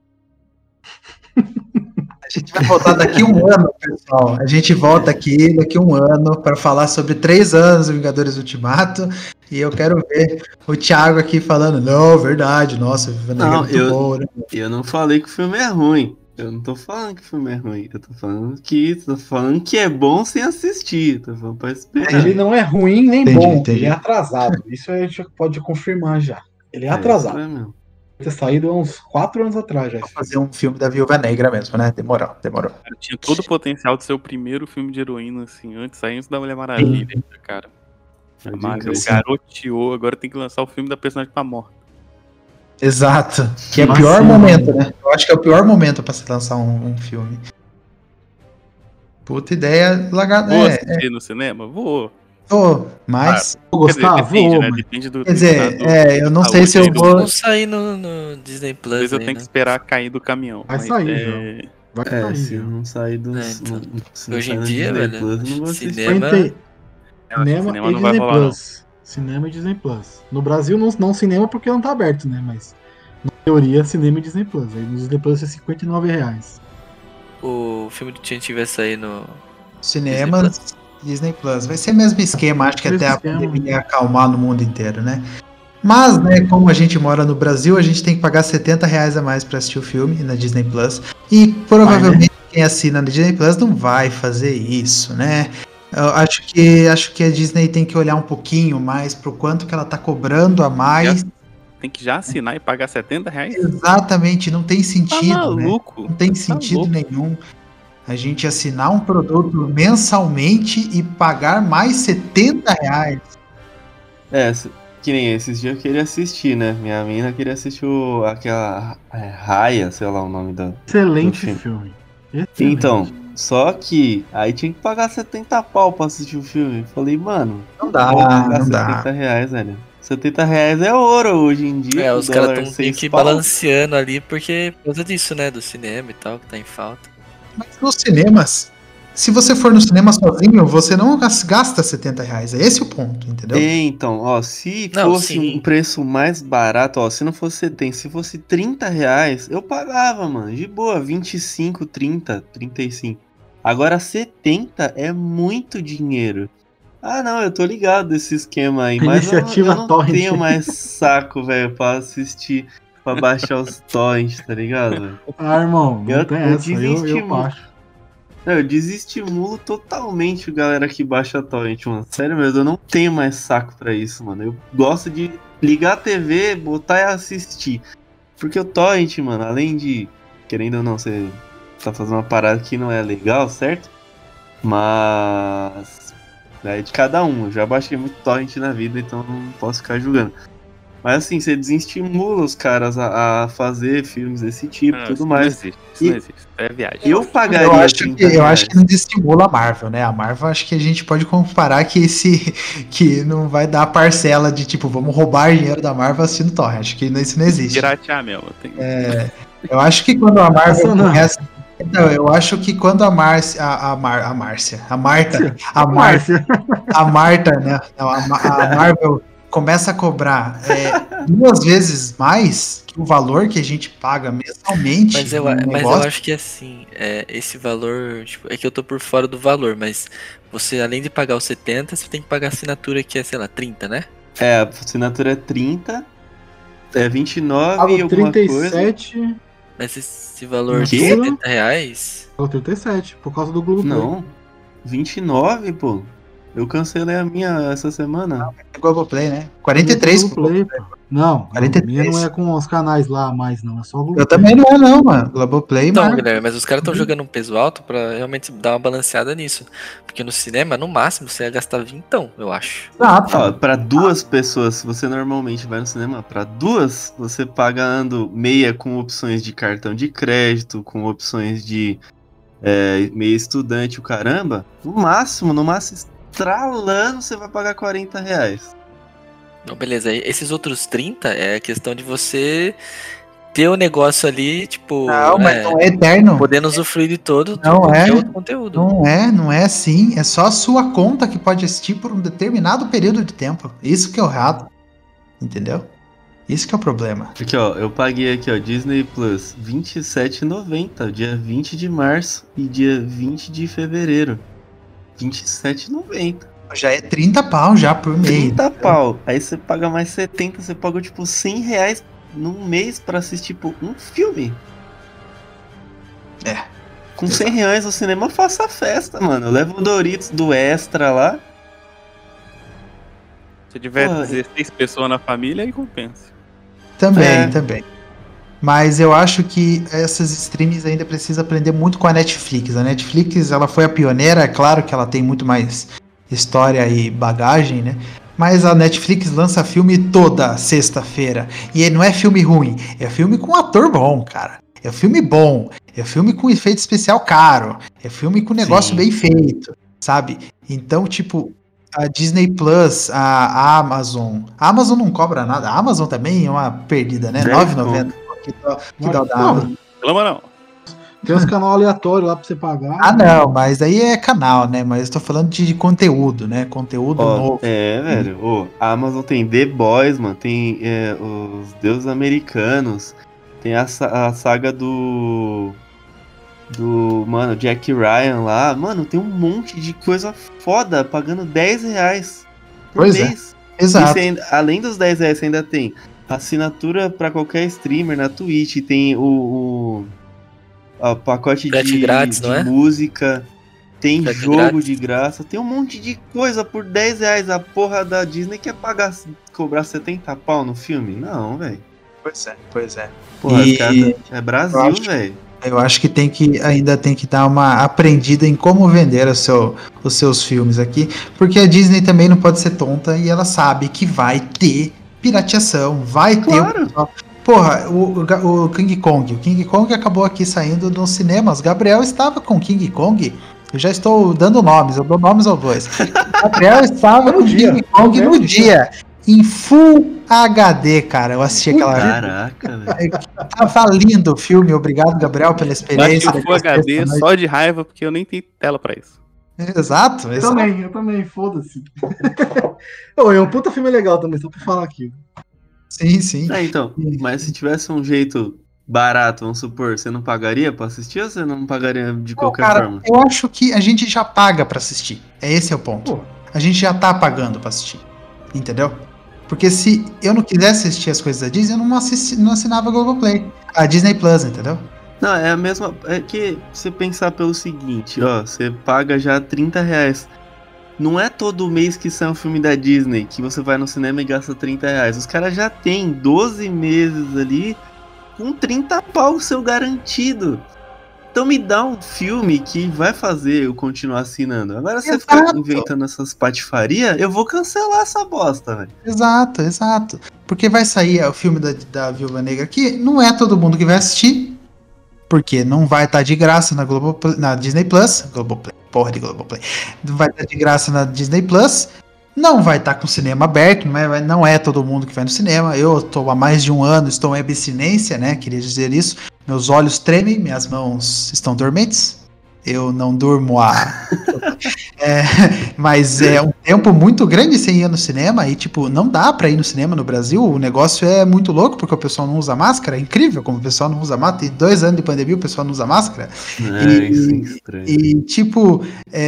A gente vai voltar daqui um ano, pessoal. A gente volta aqui daqui um ano para falar sobre 3 anos do Vingadores Ultimato. E eu quero ver o Thiago aqui falando, não, verdade, nossa, Viúva Negra é muito bom, né? Eu não falei que o filme é ruim. Eu não tô falando que o filme é ruim. Eu tô falando que é bom sem assistir. Tô falando pra esperar. Ele não é ruim nem bom, ele é atrasado. Isso a gente pode confirmar já. Ele é atrasado. Isso mesmo. Ter saído há uns 4 anos atrás já. Vou fazer um filme da Viúva Negra mesmo, né? Demorou. Cara, tinha todo o potencial de ser o primeiro filme de heroína, assim, antes da Mulher Maravilha, cara. A Marvel garoteou, agora tem que lançar o filme da personagem que tá morta. Exato. Que é o pior momento, né? Eu acho que é o pior momento pra se lançar um filme. Puta ideia lagada. Vou assistir no cinema? Vou. Mas... Vou gostar? Depende, né? Depende do... Quer dizer, eu não sei se eu vou... Não sair no Disney Plus. Talvez eu tenho que esperar cair do caminhão. Vai sair, Vai sair, se não sair do... Então. Se não Hoje sair em no dia, Disney velho, Plus, não vou assistir. cinema e não vai Disney rolar, Plus. Cinema e Disney Plus. No Brasil, não cinema porque não tá aberto, né? Mas, na teoria, cinema e Disney Plus. Aí no Disney Plus é R$59. O filme do Tchan vai sair no... Cinema, Disney Plus. Vai ser o mesmo esquema, acho que até a pandemia acalmar no mundo inteiro, né? Mas, né, como a gente mora no Brasil, a gente tem que pagar R$70 a mais pra assistir o filme na Disney Plus. E provavelmente quem assina na Disney Plus não vai fazer isso, né? Eu acho que a Disney tem que olhar um pouquinho mais pro quanto que ela tá cobrando a mais. Tem que já assinar e pagar R$70? Exatamente, não tem sentido, tá maluco, né? Não tem sentido nenhum a gente assinar um produto mensalmente e pagar mais R$70. Que nem esses dias eu queria assistir, né? Minha mina queria assistir aquela Raya, sei lá o nome da... Excelente filme. Então, só que aí tinha que pagar 70 pau pra assistir o filme. Falei, mano, não dá, não dá. R$70, velho. R$70 é ouro hoje em dia. Os caras estão meio que balanceando ali porque por causa disso, né? Do cinema e tal, que tá em falta. Mas nos cinemas, se você for no cinema sozinho, você não gasta R$70. É esse o ponto, entendeu? Então, se fosse um preço mais barato, se não fosse 70, se fosse R$30, eu pagava, mano, de boa, 25, 30, 35. Agora 70 é muito dinheiro. Não, eu tô ligado desse esquema aí, mas eu não tenho mais saco, velho, pra assistir, pra baixar os torrents, tá ligado, velho? Irmão, não tem essa, eu baixo. Eu desestimulo totalmente a galera que baixa torrent, mano. Sério mesmo, eu não tenho mais saco pra isso, mano. Eu gosto de ligar a TV, botar e assistir. Porque o torrent, mano, além de querendo ou não, você tá fazendo uma parada que não é legal, certo? Mas é de cada um. Eu já baixei muito torrent na vida, então não posso ficar julgando. Mas assim, você desestimula os caras a fazer filmes desse tipo e tudo mais. Isso não existe. É viagem. Eu pagaria Eu acho 30 que, eu reais. acho que não desestimula a Marvel, né? A Marvel acho que a gente pode comparar que não vai dar parcela de tipo, vamos roubar dinheiro da Marvel assistindo torrent. Acho que isso não existe. Piratear mesmo. Eu acho que quando a Marvel Não. começa. Então, eu acho que quando a Márcia. A Marta, né? Não, a Marvel começa a cobrar 2 vezes mais que o valor que a gente paga mensalmente. Mas eu acho que assim, esse valor, tipo, é que eu tô por fora do valor, mas você, além de pagar os 70, você tem que pagar a assinatura que é, sei lá, 30, né? É, a assinatura é 30, é 29 Pago e alguma coisa. 37, Mas esse valor de Quê? 70 reais, pago 37, por causa do Globoplay. Não, 29, pô. Eu cancelei a minha essa semana. Globoplay, né? 43. Globoplay, pô. Não, 43. a minha não é com os canais lá mais, não. É só o Globoplay. Eu também não é, não, mano. Globoplay, então, mano. Guilherme, mas os caras estão Uhum. jogando um peso alto pra realmente dar uma balanceada nisso. Porque no cinema, no máximo, você ia gastar 20, eu acho. Exato. Ó, pra 2 pessoas, se você normalmente vai no cinema, pra 2, você pagando meia com opções de cartão de crédito, com opções de meia estudante, o caramba. No máximo, estralando, você vai pagar 40 reais. Não, beleza. Aí, esses outros 30 é a questão de você ter o negócio ali, tipo, Não, mas não é eterno. podendo usufruir de todo Não qualquer é. outro conteúdo. Não é assim. É só a sua conta que pode assistir por um determinado período de tempo. Isso que é o errado. Entendeu? Isso que é o problema. Aqui, ó, eu paguei aqui, ó, Disney Plus, R$ 27,90, dia 20 de março e dia 20 de fevereiro. R$ 27,90. Já é 30 pau já por mês. 30 pau. Aí você paga mais 70, você paga tipo 100 reais num mês pra assistir tipo, um filme. É. Com 100 reais o cinema faça a festa, mano. Eu levo o Doritos do Extra lá. Se tiver Pô, 16 pessoas na família, aí compensa. Também. Mas eu acho que essas streams ainda precisam aprender muito com a Netflix. A Netflix, ela foi a pioneira, é claro que ela tem muito mais história e bagagem, né? Mas a Netflix lança filme toda sexta-feira. E não é filme ruim, é filme com ator bom, cara. É filme bom, é filme com efeito especial caro, é filme com negócio Sim. bem feito, sabe? Então, tipo, a Disney Plus, a Amazon. A Amazon não cobra nada. A Amazon também é uma perdida, né? R$ 9,90. Que dá o da Amazon. Reclama não. Tem uns canal aleatório lá pra você pagar. Ah, não, mas aí é canal, né? Mas eu tô falando de conteúdo, né? Conteúdo novo. Velho. Ô, a Amazon tem The Boys, mano. Tem os Deuses Americanos. Tem a saga do mano, Jack Ryan lá. Mano, tem um monte de coisa foda pagando 10 reais por Pois é. mês. Exato. E você ainda, além dos 10 reais, você ainda tem assinatura pra qualquer streamer na Twitch. Tem o pacote Frete grátis, de não é? música. Tem Frete jogo grátis. de graça. Tem um monte de coisa por 10 reais. A porra da Disney quer cobrar 70 pau no filme? Não, velho. Pois é. Porra, E cara, é eu Brasil, acho- velho. Eu acho que ainda tem que dar uma aprendida em como vender os seus filmes aqui, porque a Disney também não pode ser tonta e ela sabe que vai ter pirateação, vai Claro. ter. Porra, o King Kong. O King Kong acabou aqui saindo nos cinemas. Gabriel estava com King Kong. Eu já estou dando nomes, eu dou nomes aos dois. Gabriel estava com King Kong no dia. Em Full HD, cara. Eu assisti aquela. Caraca, velho. Tava lindo o filme. Obrigado, Gabriel, pela Eu experiência. acho que o Full HD só de raiva, porque eu nem tenho tela pra isso. Exato. Eu também, foda-se. Ô, é um puta filme legal também, só pra falar aqui. Sim. Então, mas se tivesse um jeito barato, vamos supor, você não pagaria pra assistir ou você não pagaria de qualquer Cara, forma? eu acho que a gente já paga pra assistir. Esse é o ponto. Pô. A gente já tá pagando pra assistir. Entendeu? Porque se eu não quisesse assistir as coisas da Disney, eu não assinava a Globoplay. A Disney Plus, entendeu? Não, é a mesma. É que você pensar pelo seguinte, ó, você paga já 30 reais. Não é todo mês que sai um filme da Disney que você vai no cinema e gasta 30 reais. Os caras já têm 12 meses ali com 30 pau seu garantido. Então me dá um filme que vai fazer eu continuar assinando. Agora você fica inventando essas patifarias, eu vou cancelar essa bosta, velho. Exato. Porque vai sair o filme da Viúva Negra aqui, não é todo mundo que vai assistir, porque não vai estar de graça na Disney Plus. Globoplay, porra de Globoplay. Não vai estar de graça na Disney Plus. Não vai estar com o cinema aberto, não é todo mundo que vai no cinema. Eu estou há mais de um ano, estou em abstinência, né? Queria dizer isso. Meus olhos tremem, minhas mãos estão dormentes. Eu não durmo mas é um tempo muito grande sem ir no cinema e, tipo, não dá pra ir no cinema no Brasil. O negócio é muito louco porque o pessoal não usa máscara. É incrível como o pessoal não usa máscara. Tem 2 anos de pandemia, o pessoal não usa máscara. Isso é estranho. E tipo,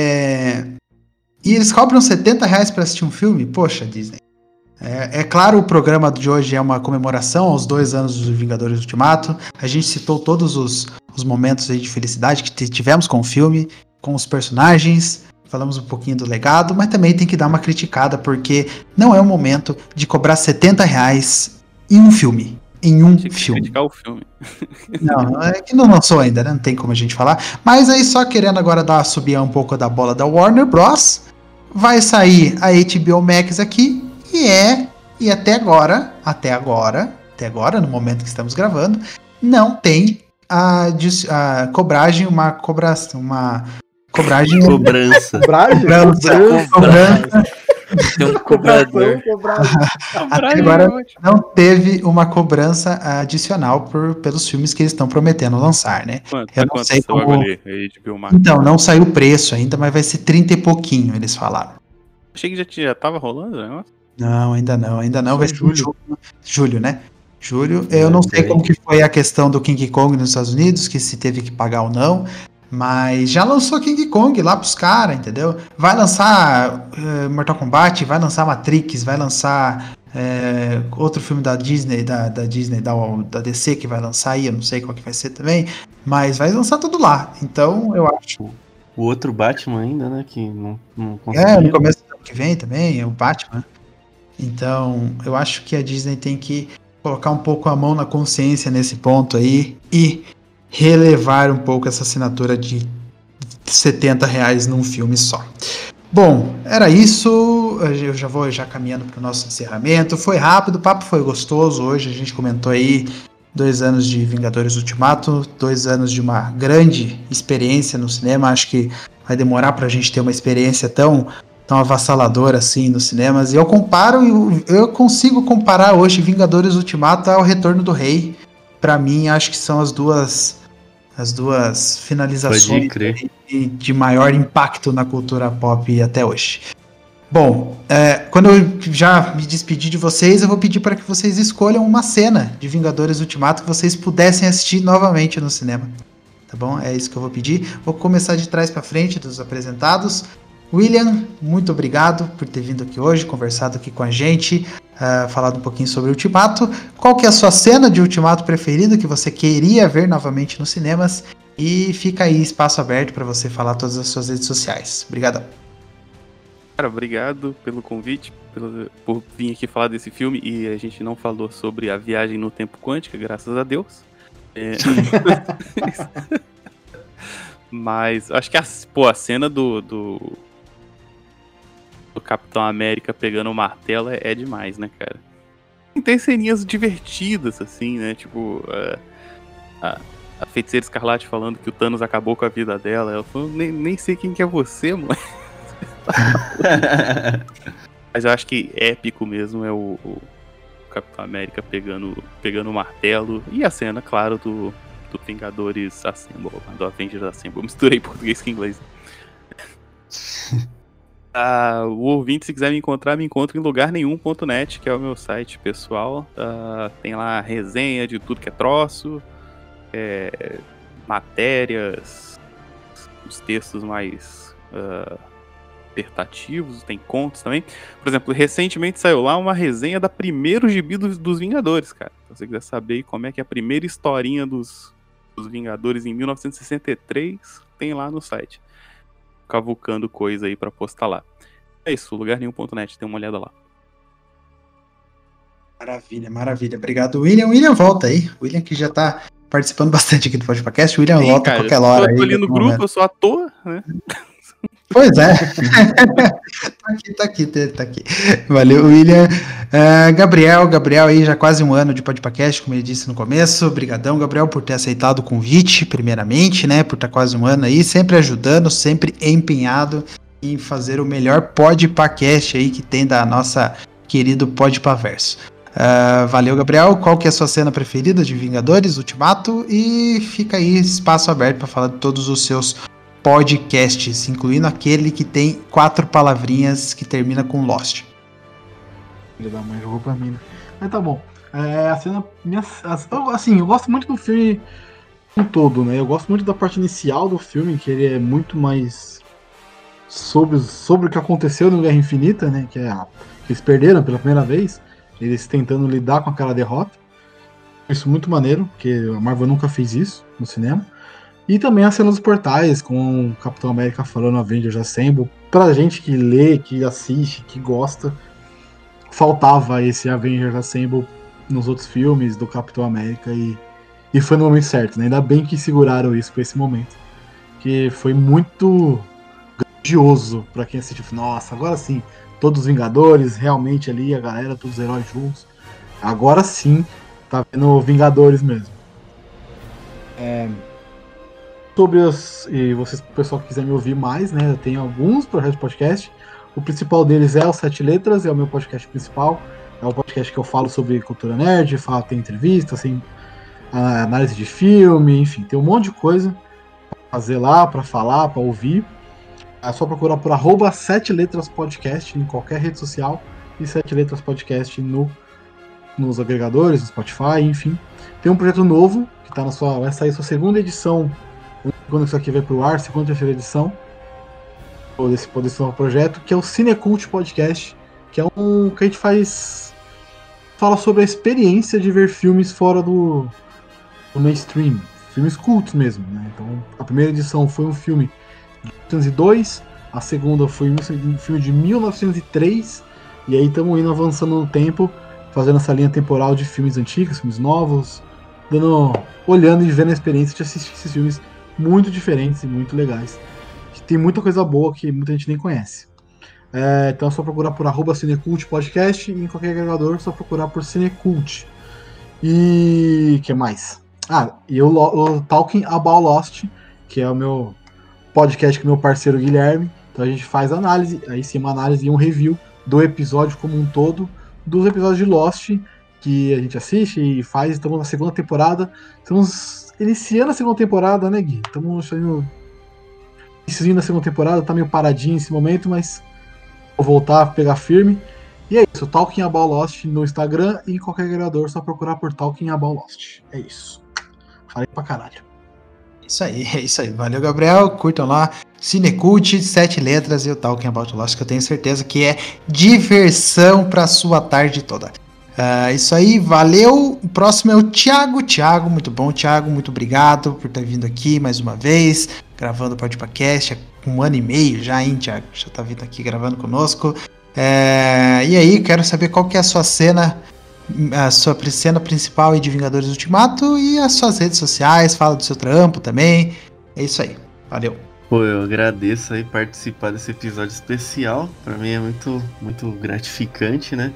e eles cobram R$70 pra assistir um filme? Poxa, Disney. É claro, o programa de hoje é uma comemoração aos 2 anos dos Vingadores Ultimato. A gente citou todos os momentos aí de felicidade que tivemos com o filme, com os personagens, falamos um pouquinho do legado, mas também tem que dar uma criticada, porque não é o momento de cobrar R$70 em um filme. Criticar o filme. Não, é que não lançou ainda, né? Não tem como a gente falar. Mas aí, só querendo agora subir um pouco da bola da Warner Bros., vai sair a HBO Max aqui. E até agora, no momento que estamos gravando, não tem cobrança. Tem um cobrador. Até agora não teve uma cobrança adicional pelos filmes que eles estão prometendo lançar, né? Eu não sei como... Então, não saiu o preço ainda, mas vai ser 30 e pouquinho, eles falaram. Achei que já tava rolando o negócio. Não, ainda não. Vai ser julho, né? Julho. Eu não sei como que foi a questão do King Kong nos Estados Unidos, que se teve que pagar ou não, mas já lançou King Kong lá pros caras, entendeu? Vai lançar Mortal Kombat, vai lançar Matrix, vai lançar outro filme da Disney, da DC que vai lançar aí, eu não sei qual que vai ser também, mas vai lançar tudo lá. Então, eu acho... O outro Batman ainda, né, que não conseguiu. No começo do ano que vem também, é o Batman. Então, eu acho que a Disney tem que colocar um pouco a mão na consciência nesse ponto aí e relevar um pouco essa assinatura de R$70 num filme só. Bom, era isso. Eu já vou caminhando para o nosso encerramento. Foi rápido, o papo foi gostoso. Hoje a gente comentou aí 2 anos de Vingadores Ultimato, 2 anos de uma grande experiência no cinema. Acho que vai demorar para a gente ter uma experiência tão avassaladora assim nos cinemas. E eu consigo comparar hoje Vingadores Ultimato ao Retorno do Rei. Para mim, acho que são as duas finalizações de maior impacto na cultura pop até hoje. Bom, quando eu já me despedir de vocês, eu vou pedir para que vocês escolham uma cena de Vingadores Ultimato que vocês pudessem assistir novamente no cinema. Tá bom? É isso que eu vou pedir. Vou começar de trás para frente dos apresentados. William, muito obrigado por ter vindo aqui hoje, conversado aqui com a gente, falado um pouquinho sobre Ultimato. Qual que é a sua cena de Ultimato preferida que você queria ver novamente nos cinemas? E fica aí espaço aberto para você falar todas as suas redes sociais. Obrigadão. Cara, obrigado pelo convite, por vir aqui falar desse filme. E a gente não falou sobre a viagem no tempo quântica, graças a Deus. Mas acho que a cena do Capitão América pegando o martelo é demais, né, cara? Tem ceninhas divertidas, assim, né? Tipo, a Feiticeira Escarlate falando que o Thanos acabou com a vida dela. Ela falou, nem sei quem que é você, mãe. Mas eu acho que épico mesmo é o Capitão América pegando o martelo. E a cena, claro, do Vingadores Assemble, do Avengers Assemble. Eu misturei português com inglês. O ouvinte, se quiser me encontrar, me encontra em lugarnenhum.net, que é o meu site pessoal. Tem lá resenha de tudo que é troço, matérias, os textos mais dissertativos, tem contos também. Por exemplo, recentemente saiu lá uma resenha da primeiro gibi dos Vingadores, cara. Se você quiser saber como é que é a primeira historinha dos Vingadores em 1963, tem lá no site. Cavucando coisa aí pra postar lá. É isso, lugarnenhum.net, tem uma olhada lá. Maravilha, maravilha. Obrigado, William. William volta aí. William que já tá participando bastante aqui do podcast. William Sim, volta a cara, qualquer hora eu tô aí. ali no grupo, eu sou à toa, né? Pois é. Tá aqui. Valeu, William. Gabriel aí, já quase um ano de podcast, como ele disse no começo. Obrigadão, Gabriel, por ter aceitado o convite, primeiramente, né? Por estar quase um ano aí, sempre ajudando, sempre empenhado em fazer o melhor podcast aí que tem da nossa querido Podpaverso. Valeu, Gabriel. Qual que é a sua cena preferida de Vingadores Ultimato? E fica aí espaço aberto para falar de todos os seus podcasts, incluindo aquele que tem 4 palavrinhas que termina com Lost. Filha da mãe jogou pra mim, né? Mas tá bom. A cena. Assim, eu gosto muito do filme em todo, né? Eu gosto muito da parte inicial do filme, que ele é muito mais sobre o que aconteceu no Guerra Infinita, né? Que eles perderam pela primeira vez. Eles tentando lidar com aquela derrota. Isso muito maneiro, porque a Marvel nunca fez isso no cinema. E também a cena dos portais, com o Capitão América falando Avengers Assemble. Pra gente que lê, que assiste, que gosta, faltava esse Avengers Assemble nos outros filmes do Capitão América e foi no momento certo, né? Ainda bem que seguraram isso pra esse momento. Que foi muito grandioso pra quem assistiu. Nossa, agora sim, todos os Vingadores, realmente ali, a galera, todos os heróis juntos. Agora sim, tá vendo Vingadores mesmo. Sobre e vocês, o pessoal que quiser me ouvir mais, né? Eu tenho alguns projetos de podcast. O principal deles é o 7 Letras, é o meu podcast principal. É o podcast que eu falo sobre cultura nerd, tem entrevista, assim, análise de filme, enfim, tem um monte de coisa pra fazer lá, pra falar, pra ouvir. É só procurar por @7 Letras Podcast em qualquer rede social e 7 Letras Podcast nos agregadores, no Spotify, enfim. Tem um projeto novo que tá vai sair sua segunda edição. Quando isso aqui vai pro ar, segunda e terceira edição desse novo projeto, que é o Cinecult Podcast, que é um que a gente fala sobre a experiência de ver filmes fora do mainstream, filmes cultos mesmo, né? Então, a primeira edição foi um filme de 1902, a segunda foi um filme de 1903, e aí estamos indo avançando no tempo, fazendo essa linha temporal de filmes antigos, filmes novos, olhando e vendo a experiência de assistir esses filmes muito diferentes e muito legais. Que tem muita coisa boa que muita gente nem conhece. Então é só procurar por @Cinecult Podcast e em qualquer agregador é só procurar por Cinecult. E que mais? E o Talking About Lost, que é o meu podcast com o meu parceiro Guilherme. Então a gente faz análise, aí sim uma análise e um review do episódio como um todo, dos episódios de Lost que a gente assiste e faz. Estamos na segunda temporada. Estamos iniciando a segunda temporada, né, Gui? Estamos iníciozinho da segunda temporada, tá meio paradinho nesse momento, mas vou voltar a pegar firme. E é isso, Talking About Lost no Instagram e em qualquer agregador, só procurar por Talking About Lost. É isso. Falei pra caralho. É isso aí. Valeu, Gabriel. Curtam lá. Cinecult, 7 Letras e o Talking About Lost, que eu tenho certeza que é diversão pra sua tarde toda. Isso aí, valeu. O próximo é o Thiago. Thiago, muito bom, Thiago. Muito obrigado por ter vindo aqui mais uma vez, gravando o podcast há 1 ano e meio já, hein, Thiago? Já tá vindo aqui gravando conosco. E aí, quero saber qual que é a sua cena principal aí de Vingadores Ultimato e as suas redes sociais, fala do seu trampo também. É isso aí, valeu. Pô, eu agradeço aí participar desse episódio especial. Pra mim é muito, muito gratificante, né?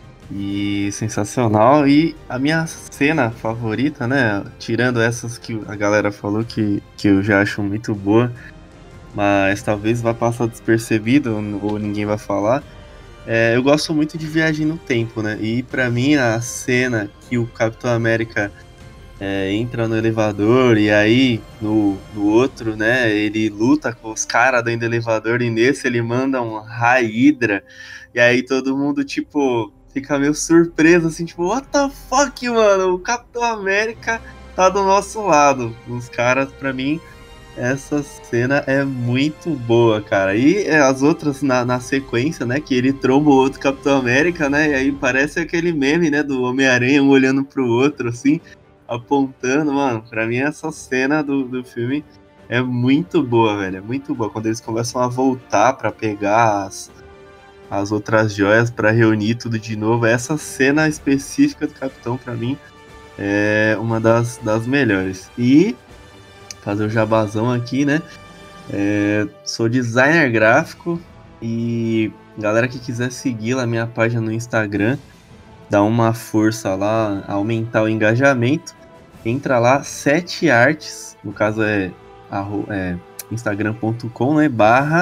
E sensacional. E a minha cena favorita, né? Tirando essas que a galera falou que eu já acho muito boa, mas talvez vá passar despercebido ou ninguém vai falar. Eu gosto muito de Viagem no Tempo, né? E pra mim a cena que o Capitão América entra no elevador e aí no outro, né? Ele luta com os caras dentro do elevador e nesse ele manda um Hydra. E aí todo mundo, tipo, fica meio surpreso, assim, tipo, what the fuck, mano? O Capitão América tá do nosso lado. Os caras, pra mim, essa cena é muito boa, cara. E as outras na sequência, né? Que ele tromba o outro Capitão América, né? E aí parece aquele meme, né? Do Homem-Aranha, um olhando pro outro, assim, apontando. Mano, pra mim essa cena do filme é muito boa, velho. É muito boa. Quando eles começam a voltar pra pegar as outras joias pra reunir tudo de novo. Essa cena específica do Capitão, pra mim, é uma das melhores. E fazer o jabazão aqui, né? Sou designer gráfico e galera que quiser seguir lá minha página no Instagram, dá uma força lá, aumentar o engajamento, entra lá, 7arts, no caso é instagram.com, né,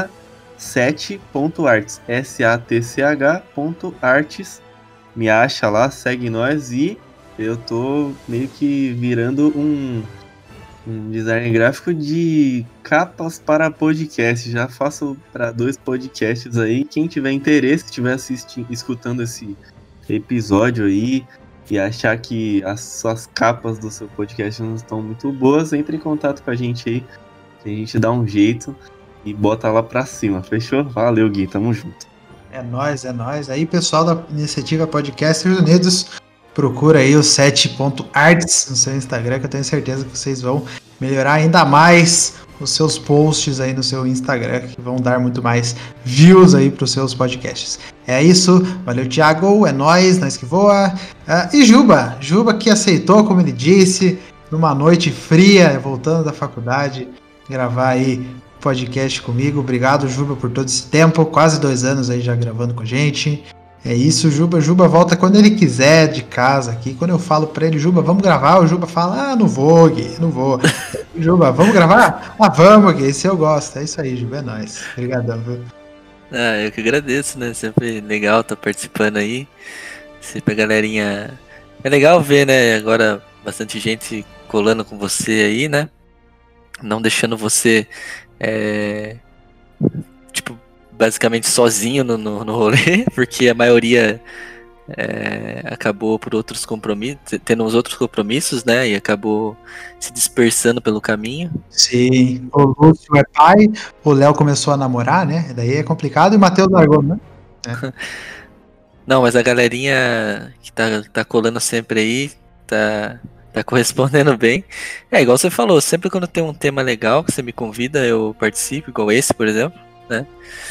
/7.arts, SATCH.arts, me acha lá, segue nós e eu tô meio que virando um design gráfico de capas para podcast. Já faço para 2 podcasts aí. Quem tiver interesse, estiver escutando esse episódio aí e achar que as suas capas do seu podcast não estão muito boas, entre em contato com a gente aí, que a gente dá um jeito e bota lá pra cima. Fechou? Valeu, Gui. Tamo junto. É nóis. Aí, pessoal da iniciativa Podcasters Unidos, procura aí o 7.arts no seu Instagram, que eu tenho certeza que vocês vão melhorar ainda mais os seus posts aí no seu Instagram, que vão dar muito mais views aí para os seus podcasts. É isso, valeu, Thiago, é nóis que voa. E Juba que aceitou, como ele disse, numa noite fria, voltando da faculdade, gravar aí podcast comigo. Obrigado, Juba, por todo esse tempo, quase 2 anos aí já gravando com a gente. É isso, Juba volta quando ele quiser de casa aqui. Quando eu falo pra ele, Juba, vamos gravar, o Juba fala, não vou, Gui, não vou. Juba, vamos gravar? Vamos, Gui, esse eu gosto. É isso aí, Juba, é nóis. Obrigadão, viu? Eu que agradeço, né? Sempre legal estar participando aí. Sempre a galerinha... É legal ver, né? Agora bastante gente colando com você aí, né? Não deixando você... basicamente sozinho no rolê, porque a maioria acabou por outros compromissos, tendo os outros compromissos, né, e acabou se dispersando pelo caminho. Sim, o Lúcio é pai, o Léo começou a namorar, né, daí é complicado, e o Matheus largou, né? Não, mas a galerinha que tá colando sempre aí, tá correspondendo bem. Igual você falou, sempre quando tem um tema legal que você me convida, eu participo, igual esse, por exemplo, né?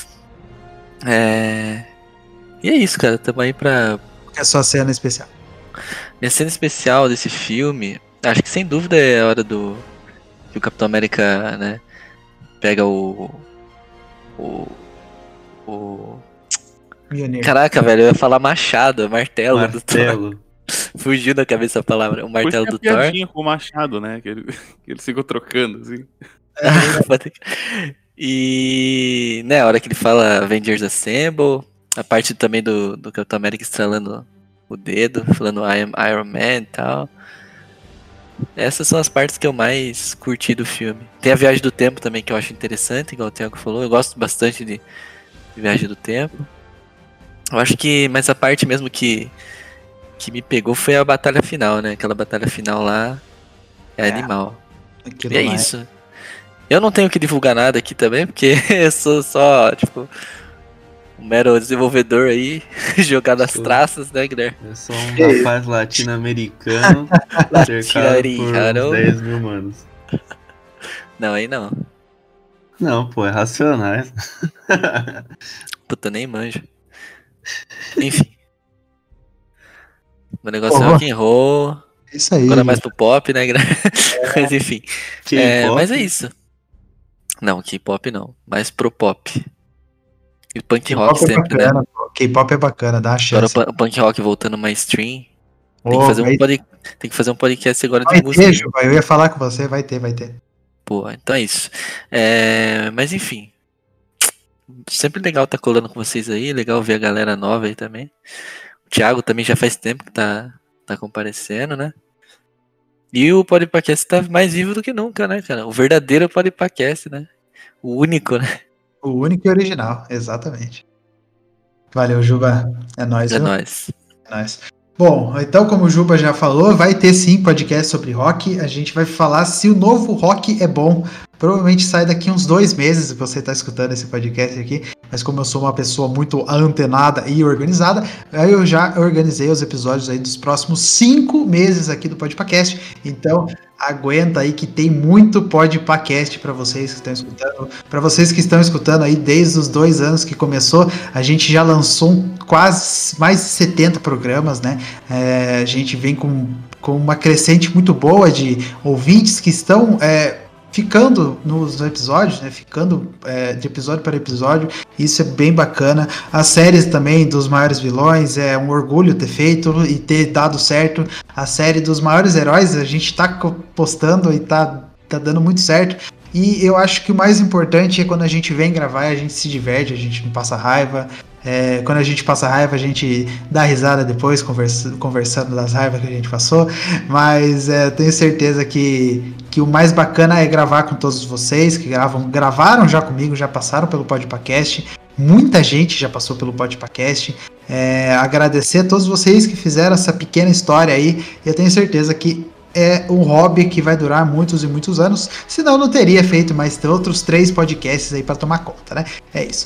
E é isso, cara. Tamo aí pra... É sua cena especial. Minha cena especial desse filme, acho que sem dúvida é a hora que o Capitão América, né, pega o Caraca, velho, eu ia falar machado, martelo. Do Thor. Fugiu da cabeça a palavra, o martelo do Thor. Com o machado, né, que ele ficou trocando, assim. E, né, a hora que ele fala Avengers Assemble, a parte também do Capitão América estralando o dedo, falando I am Iron Man e tal. Essas são as partes que eu mais curti do filme. Tem a viagem do tempo também, que eu acho interessante, igual o Thiago falou. Eu gosto bastante de viagem do tempo. Eu acho que, mas a parte mesmo que me pegou foi a batalha final, né? Aquela batalha final lá é animal. E é isso. Eu não tenho que divulgar nada aqui também, porque eu sou só, um mero desenvolvedor aí, jogado às traças, né, Guilherme? Eu sou um rapaz latino-americano, cercado por 10 mil manos. Não, aí não. Não, pô, é Racionais. Puta, nem manjo. Enfim. Meu negócio é rock and roll. Isso aí. Agora mais pro pop, né, Mas enfim. Mas é isso. Não, K-pop não. Mais pro pop. E punk rock sempre, bacana, né? K-pop é bacana, dá a chance. Agora o punk rock voltando mainstream. Tem que fazer um podcast agora de música. Eu ia falar com você, vai ter. Pô, então é isso. Mas enfim. Sempre legal estar colando com vocês aí. Legal ver a galera nova aí também. O Thiago também já faz tempo que tá comparecendo, né? E o Podpacast tá mais vivo do que nunca, né, cara? O verdadeiro Podpacast, né? O único, né? O único e original, exatamente. Valeu, Juba. É nóis, viu? É nóis. Bom, então como o Juba já falou, vai ter sim podcast sobre rock. A gente vai falar se o novo rock é bom. Provavelmente sai daqui uns 2 meses, se você está escutando esse podcast aqui. Mas como eu sou uma pessoa muito antenada e organizada, aí eu já organizei os episódios aí dos próximos 5 meses aqui do Podpacast. Então, aguenta aí que tem muito podcast para vocês que estão escutando. Para vocês que estão escutando aí desde os 2 anos que começou, a gente já lançou quase mais de 70 programas, né? A gente vem com uma crescente muito boa de ouvintes que estão ficando nos episódios, né? Ficando de episódio para episódio. Isso é bem bacana. As séries também dos maiores vilões, é um orgulho ter feito e ter dado certo. A série dos maiores heróis, a gente tá postando e tá dando muito certo. E eu acho que o mais importante é quando a gente vem gravar, a gente se diverte, a gente não passa raiva. Quando a gente passa raiva, a gente dá risada depois, conversando das raivas que a gente passou. Mas tenho certeza que o mais bacana é gravar com todos vocês que gravaram já comigo, já passaram pelo Podpacast. Muita gente já passou pelo Podpacast. Agradecer a todos vocês que fizeram essa pequena história aí. Eu tenho certeza que é um hobby que vai durar muitos e muitos anos, senão não teria feito mais outros 3 podcasts aí para tomar conta, né? É isso.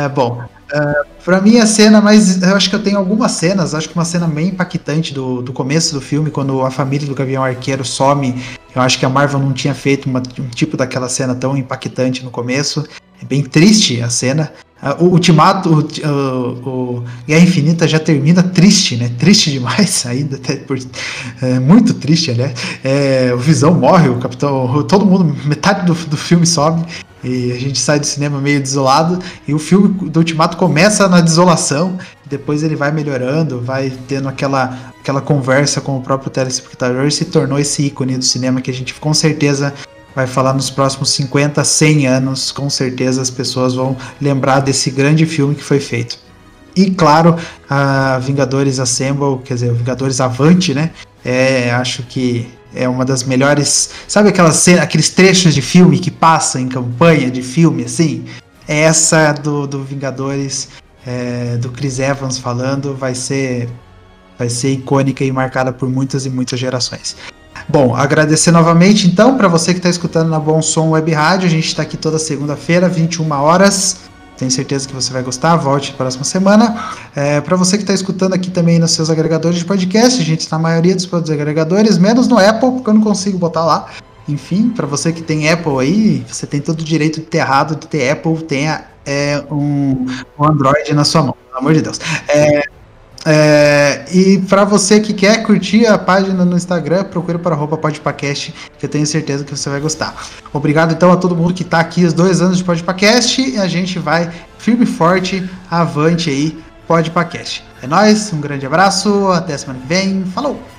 Pra mim a cena, mas eu acho que eu tenho algumas cenas, acho que uma cena bem impactante do começo do filme, quando a família do Gavião Arqueiro some. Eu acho que a Marvel não tinha feito um tipo daquela cena tão impactante no começo. É bem triste a cena. O Ultimato, o Guerra Infinita já termina triste, né? Triste demais ainda, até muito triste, aliás. O Visão morre, o Capitão, todo mundo, metade do filme sobe e a gente sai do cinema meio desolado. E o filme do Ultimato começa na desolação, depois ele vai melhorando, vai tendo aquela conversa com o próprio telespectador e se tornou esse ícone do cinema que a gente com certeza vai falar nos próximos 50, 100 anos, com certeza as pessoas vão lembrar desse grande filme que foi feito. E claro, a Vingadores Assemble, quer dizer, Vingadores Avante, né? Acho que é uma das melhores... Sabe aqueles trechos de filme que passam em campanha de filme, assim? Essa do Vingadores, do Chris Evans falando, vai ser icônica e marcada por muitas e muitas gerações. Bom, agradecer novamente então para você que está escutando na Bom Som Web Rádio. A gente está aqui toda segunda-feira, 21 horas. Tenho certeza que você vai gostar. Volte na próxima semana. Para você que está escutando aqui também nos seus agregadores de podcast, a gente está na maioria dos agregadores, menos no Apple, porque eu não consigo botar lá. Enfim, para você que tem Apple aí, você tem todo o direito de ter errado, de ter Apple, tenha um Android na sua mão, pelo amor de Deus. E para você que quer curtir a página no Instagram, procure para @podpacast, que eu tenho certeza que você vai gostar. Obrigado então a todo mundo que está aqui os 2 anos de Podpacast, e a gente vai firme e forte avante aí, Podpacast. É nóis, um grande abraço, até semana que vem, falou!